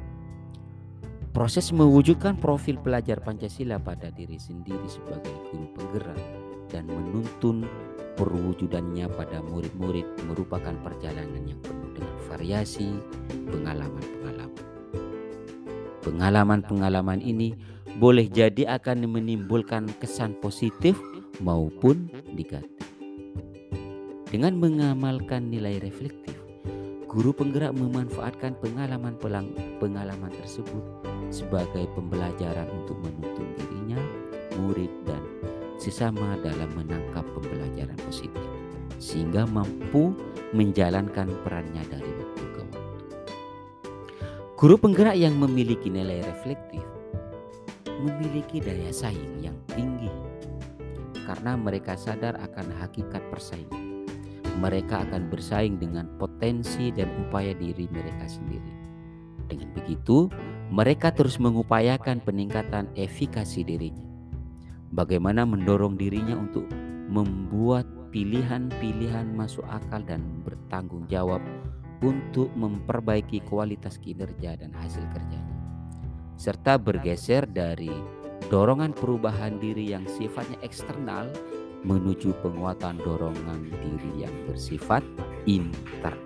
Proses mewujudkan profil pelajar Pancasila pada diri sendiri sebagai guru penggerak dan menuntun perwujudannya pada murid-murid merupakan perjalanan yang penuh dengan variasi pengalaman-pengalaman. Pengalaman-pengalaman ini boleh jadi akan menimbulkan kesan positif maupun negatif. Dengan mengamalkan nilai reflektif, guru penggerak memanfaatkan pengalaman-pengalaman tersebut sebagai pembelajaran untuk menuntun dirinya, murid, dan sesama dalam menangkap pembelajaran positif, sehingga mampu menjalankan perannya dari waktu ke waktu. Guru penggerak yang memiliki nilai reflektif memiliki daya saing yang tinggi karena mereka sadar akan hakikat persaingan. Mereka akan bersaing dengan potensi dan upaya diri mereka sendiri. Dengan begitu, mereka terus mengupayakan peningkatan efikasi dirinya. Bagaimana mendorong dirinya untuk membuat pilihan-pilihan masuk akal dan bertanggung jawab untuk memperbaiki kualitas kinerja dan hasil kerjanya, serta bergeser dari dorongan perubahan diri yang sifatnya eksternal menuju penguatan dorongan diri yang bersifat internal.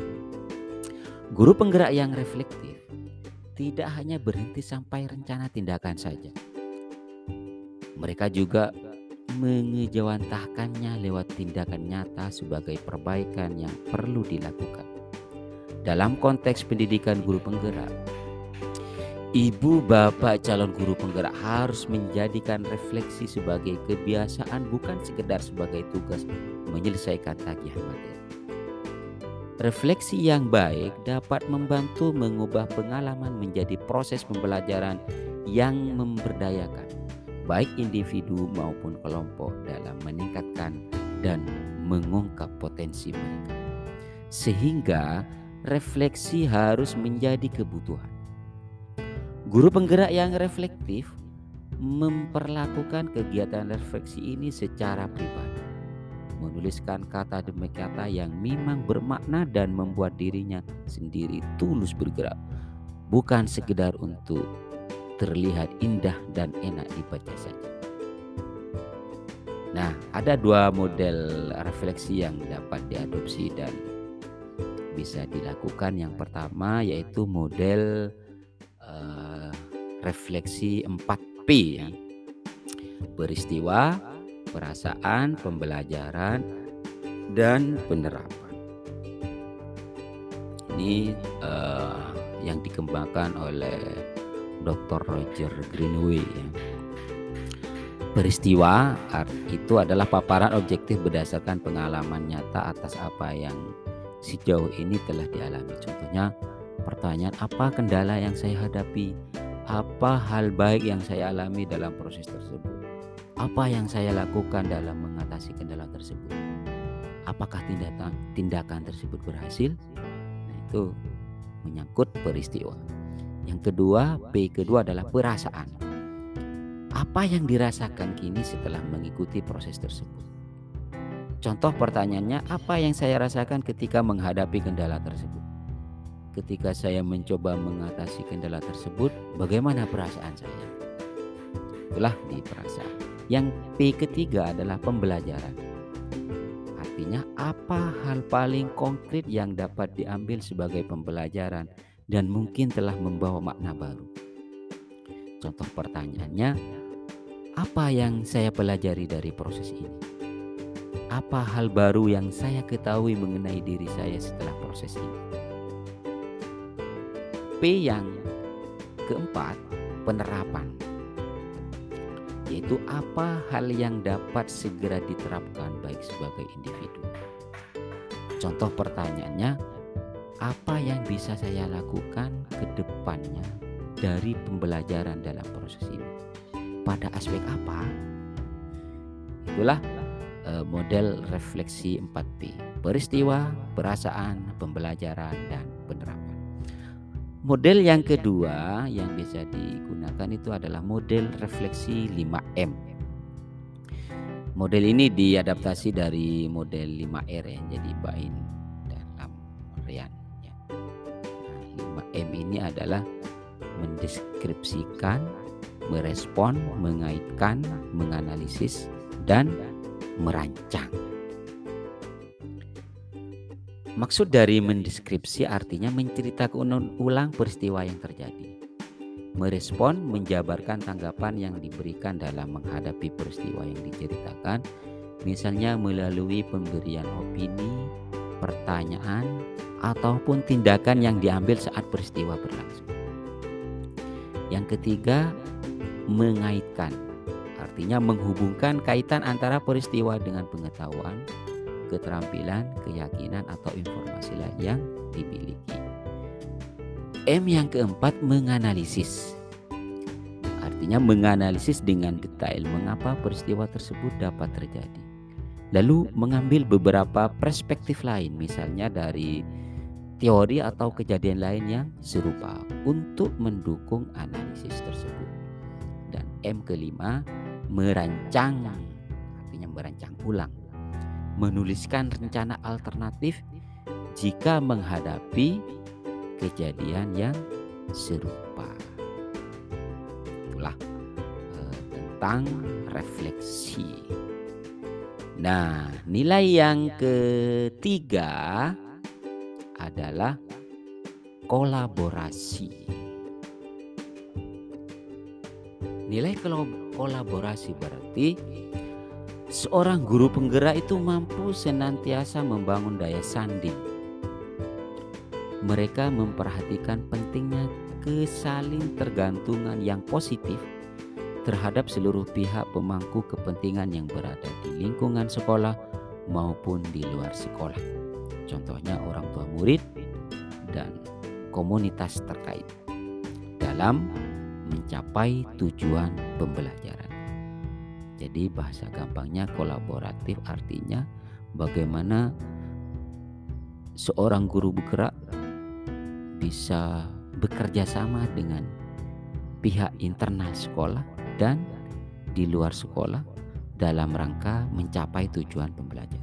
Guru penggerak yang reflektif tidak hanya berhenti sampai rencana tindakan saja. Mereka juga mengejawantahkannya lewat tindakan nyata sebagai perbaikan yang perlu dilakukan. Dalam konteks pendidikan guru penggerak, ibu bapak calon guru penggerak harus menjadikan refleksi sebagai kebiasaan, bukan sekedar sebagai tugas menyelesaikan tagihan materi. Refleksi yang baik dapat membantu mengubah pengalaman menjadi proses pembelajaran yang memberdayakan baik individu maupun kelompok dalam meningkatkan dan mengungkap potensi mereka. Sehingga refleksi harus menjadi kebutuhan. Guru penggerak yang reflektif memperlakukan kegiatan refleksi ini secara pribadi, menuliskan kata demi kata yang memang bermakna dan membuat dirinya sendiri tulus bergerak, bukan sekedar untuk terlihat indah dan enak dibaca saja. Nah, ada dua model refleksi yang dapat diadopsi dan bisa dilakukan. Yang pertama yaitu model uh, refleksi empat P, ya. Peristiwa, perasaan, pembelajaran, dan penerapan. Ini uh, yang dikembangkan oleh doktor Roger Greenaway, ya. Peristiwa itu adalah paparan objektif berdasarkan pengalaman nyata atas apa yang sejauh ini telah dialami. Contohnya, pertanyaan apa kendala yang saya hadapi, apa hal baik yang saya alami dalam proses tersebut, apa yang saya lakukan dalam mengatasi kendala tersebut, apakah tindakan tindakan tersebut berhasil. Nah, itu menyangkut peristiwa. Yang kedua, P kedua adalah perasaan. Apa yang dirasakan kini setelah mengikuti proses tersebut. Contoh pertanyaannya, apa yang saya rasakan ketika menghadapi kendala tersebut? Ketika saya mencoba mengatasi kendala tersebut, bagaimana perasaan saya? Itulah di perasaan. Yang P ketiga adalah pembelajaran. Artinya, apa hal paling konkret yang dapat diambil sebagai pembelajaran dan mungkin telah membawa makna baru? Contoh pertanyaannya, apa yang saya pelajari dari proses ini? Apa hal baru yang saya ketahui mengenai diri saya setelah proses ini? P yang keempat, penerapan. Yaitu apa hal yang dapat segera diterapkan baik sebagai individu. Contoh pertanyaannya, apa yang bisa saya lakukan ke depannya dari pembelajaran dalam proses ini? Pada aspek apa? Itulah uh, model refleksi empat P. Peristiwa, perasaan, pembelajaran, dan penerapan. Model yang kedua yang bisa digunakan itu adalah model refleksi lima M. Model ini diadaptasi dari model lima R, ya, jadi Bain dalam Rian, ya. Nah, lima M ini adalah mendeskripsikan, merespon, mengaitkan, menganalisis, dan merancang. Maksud dari mendeskripsi artinya menceritakan ulang peristiwa yang terjadi. Merespon, menjabarkan tanggapan yang diberikan dalam menghadapi peristiwa yang diceritakan, misalnya melalui pemberian opini, pertanyaan, ataupun tindakan yang diambil saat peristiwa berlangsung. Yang ketiga, mengaitkan, artinya menghubungkan kaitan antara peristiwa dengan pengetahuan, keterampilan, keyakinan, atau informasi lain yang dimiliki. M yang keempat, menganalisis, artinya menganalisis dengan detail mengapa peristiwa tersebut dapat terjadi, lalu mengambil beberapa perspektif lain, misalnya dari teori atau kejadian lain yang serupa untuk mendukung analisis tersebut. Dan M kelima, merancang, artinya merancang ulang, menuliskan rencana alternatif jika menghadapi kejadian yang serupa. Itulah eh, tentang refleksi. Nah, nilai yang ketiga adalah kolaborasi. Nilai kolaborasi berarti seorang guru penggerak itu mampu senantiasa membangun daya sanding. Mereka memperhatikan pentingnya kesaling tergantungan yang positif terhadap seluruh pihak pemangku kepentingan yang berada di lingkungan sekolah maupun di luar sekolah. contohnya orang tua murid dan komunitas terkait dalam mencapai tujuan pembelajaran. Jadi bahasa gampangnya kolaboratif artinya bagaimana seorang guru bergerak bisa bekerja sama dengan pihak internal sekolah dan di luar sekolah dalam rangka mencapai tujuan pembelajaran.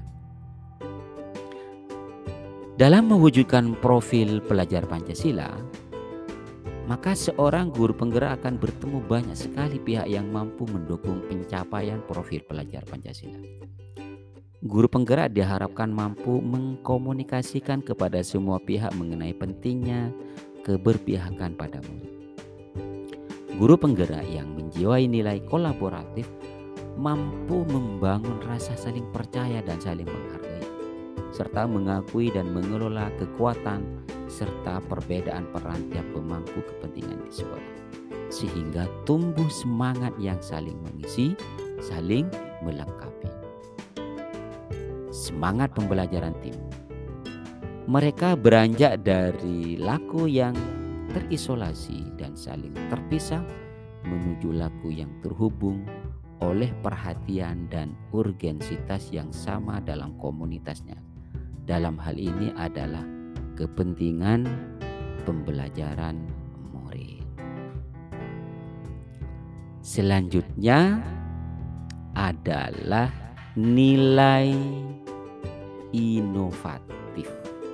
Dalam mewujudkan profil pelajar Pancasila, maka seorang guru penggerak akan bertemu banyak sekali pihak yang mampu mendukung pencapaian profil pelajar Pancasila. Guru penggerak diharapkan mampu mengkomunikasikan kepada semua pihak mengenai pentingnya keberpihakan pada murid. Guru penggerak yang menjiwai nilai kolaboratif mampu membangun rasa saling percaya dan saling menghargai, serta mengakui dan mengelola kekuatan serta perbedaan peran tiap pemangku kepentingan di sekolah, sehingga tumbuh semangat yang saling mengisi, saling melengkapi. Semangat pembelajaran tim. Mereka beranjak dari laku yang terisolasi dan saling terpisah menuju laku yang terhubung oleh perhatian dan urgensitas yang sama dalam komunitasnya. Dalam hal ini adalah kepentingan pembelajaran murid. Selanjutnya adalah nilai inovatif.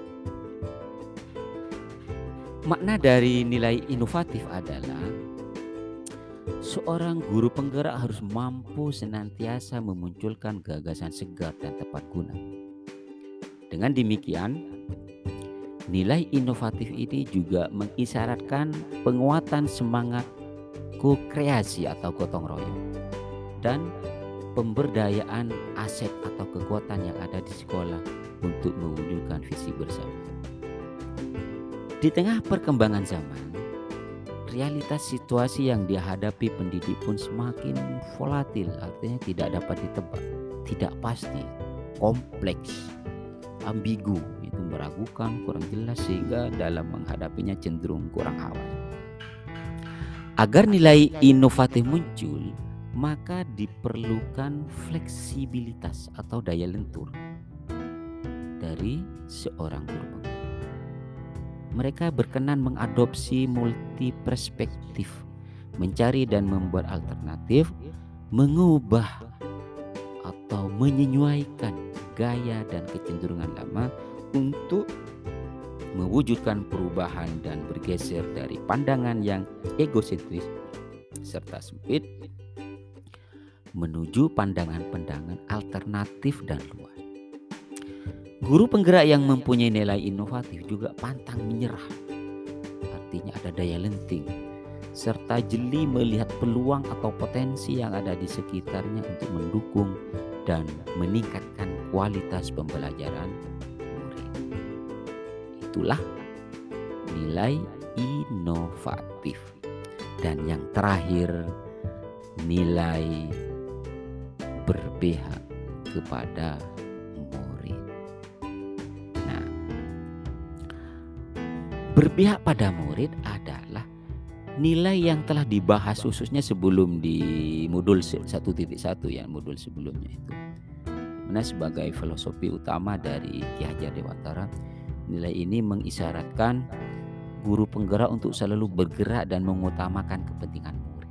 Makna dari nilai inovatif adalah seorang guru penggerak harus mampu senantiasa memunculkan gagasan segar dan tepat guna. Dengan demikian, nilai inovatif ini juga mengisyaratkan penguatan semangat ko-kreasi atau gotong royong dan pemberdayaan aset atau kekuatan yang ada di sekolah untuk mewujudkan visi bersama. Di tengah perkembangan zaman, realitas situasi yang dihadapi pendidik pun semakin volatil, artinya tidak dapat ditebak, tidak pasti, kompleks, ambigu, itu meragukan, kurang jelas, sehingga dalam menghadapinya cenderung kurang awas. Agar nilai inovatif muncul, maka diperlukan fleksibilitas atau daya lentur dari seorang guru penggerak. Mereka berkenan mengadopsi multi perspektif, mencari dan membuat alternatif, mengubah atau menyesuaikan gaya dan kecenderungan lama untuk mewujudkan perubahan dan bergeser dari pandangan yang egosentris serta sempit menuju pandangan-pandangan alternatif dan luas. Guru penggerak yang mempunyai nilai inovatif juga pantang menyerah, artinya ada daya lenting, serta jeli melihat peluang atau potensi yang ada di sekitarnya untuk mendukung dan meningkatkan kualitas pembelajaran murid. Itulah nilai inovatif. Dan yang terakhir, nilai berpihak kepada murid. Nah, berpihak pada murid adalah nilai yang telah dibahas khususnya sebelum di modul satu titik satu ya, modul sebelumnya itu. Nah, sebagai filosofi utama dari Ki Hajar Dewantara, nilai ini mengisyaratkan guru penggerak untuk selalu bergerak dan mengutamakan kepentingan murid.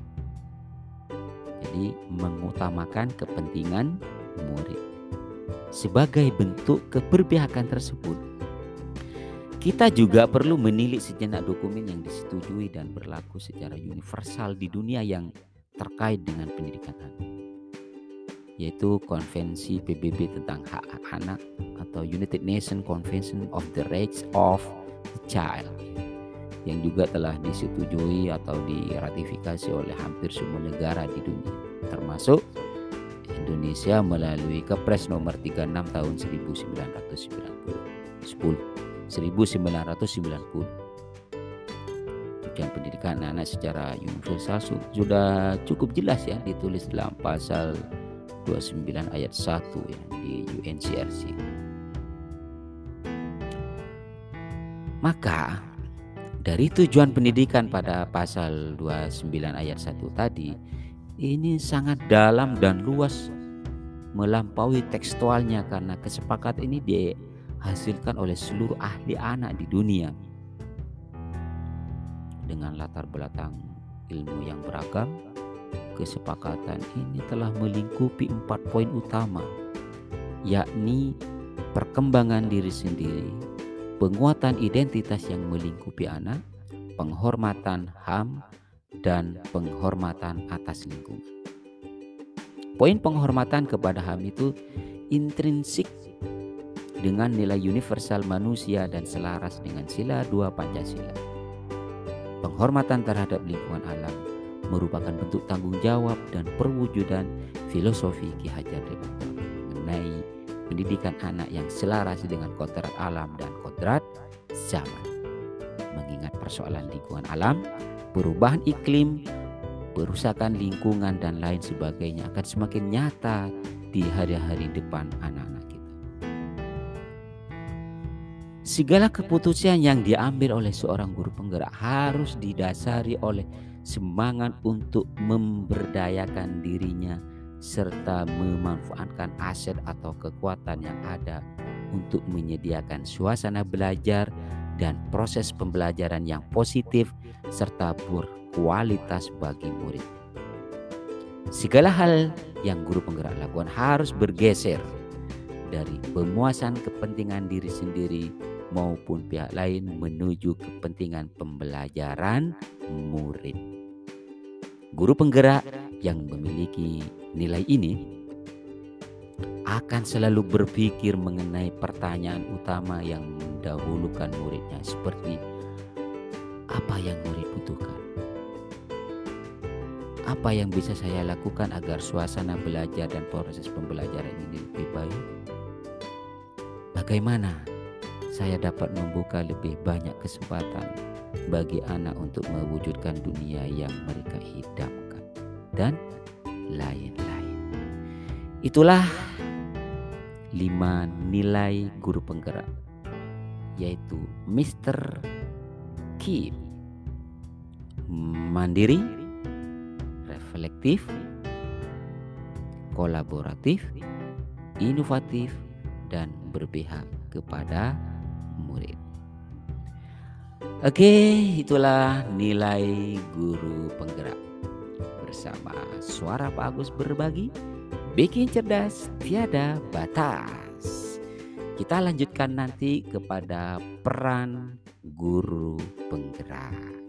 Jadi mengutamakan kepentingan murid. Sebagai bentuk keberpihakan tersebut, kita juga perlu menilik sejenak dokumen yang disetujui dan berlaku secara universal di dunia yang terkait dengan pendidikan anak, yaitu Konvensi P B B tentang hak anak atau United Nations Convention of the Rights of the Child, yang juga telah disetujui atau diratifikasi oleh hampir semua negara di dunia, termasuk Indonesia melalui Kepres nomor tiga puluh enam tahun seribu sembilan ratus sembilan puluh. Tujuan pendidikan anak secara universal sudah cukup jelas ya, ditulis dalam pasal dua puluh sembilan ayat satu ya, di U N C R C. Maka dari tujuan pendidikan pada pasal dua puluh sembilan ayat satu tadi, ini sangat dalam dan luas, melampaui tekstualnya, karena kesepakatan ini dihasilkan oleh seluruh ahli anak di dunia dengan latar belakang ilmu yang beragam. Kesepakatan ini telah melingkupi empat poin utama, yakni perkembangan diri sendiri, penguatan identitas yang melingkupi anak, penghormatan H A M, dan penghormatan atas lingkungan. Poin penghormatan kepada H A M itu intrinsik dengan nilai universal manusia dan selaras dengan sila dua Pancasila. Penghormatan terhadap lingkungan alam merupakan bentuk tanggung jawab dan perwujudan filosofi Ki Hajar Dewantara mengenai pendidikan anak yang selaras dengan kodrat alam dan kodrat zaman. Mengingat persoalan lingkungan alam, perubahan iklim, perusakan lingkungan dan lain sebagainya akan semakin nyata di hari-hari depan anak-anak kita. Segala keputusan yang diambil oleh seorang guru penggerak harus didasari oleh semangat untuk memberdayakan dirinya serta memanfaatkan aset atau kekuatan yang ada untuk menyediakan suasana belajar dan proses pembelajaran yang positif serta berkualitas bagi murid. Segala hal yang guru penggerak lakukan harus bergeser dari pemuasan kepentingan diri sendiri maupun pihak lain menuju kepentingan pembelajaran murid. Guru penggerak yang memiliki nilai ini akan selalu berpikir mengenai pertanyaan utama yang mendahulukan muridnya, seperti apa yang murid butuhkan, apa yang bisa saya lakukan agar suasana belajar dan proses pembelajaran ini lebih baik, bagaimana saya dapat membuka lebih banyak kesempatan bagi anak untuk mewujudkan dunia yang mereka idamkan, dan lain-lain. Itulah lima nilai guru penggerak, yaitu mister Keep: mandiri, reflektif, kolaboratif, inovatif, dan berpihak kepada murid. Oke, itulah nilai guru penggerak. Bersama Suara Pak Agus Berbagi, bikin cerdas tiada batas. Kita lanjutkan nanti kepada peran guru penggerak.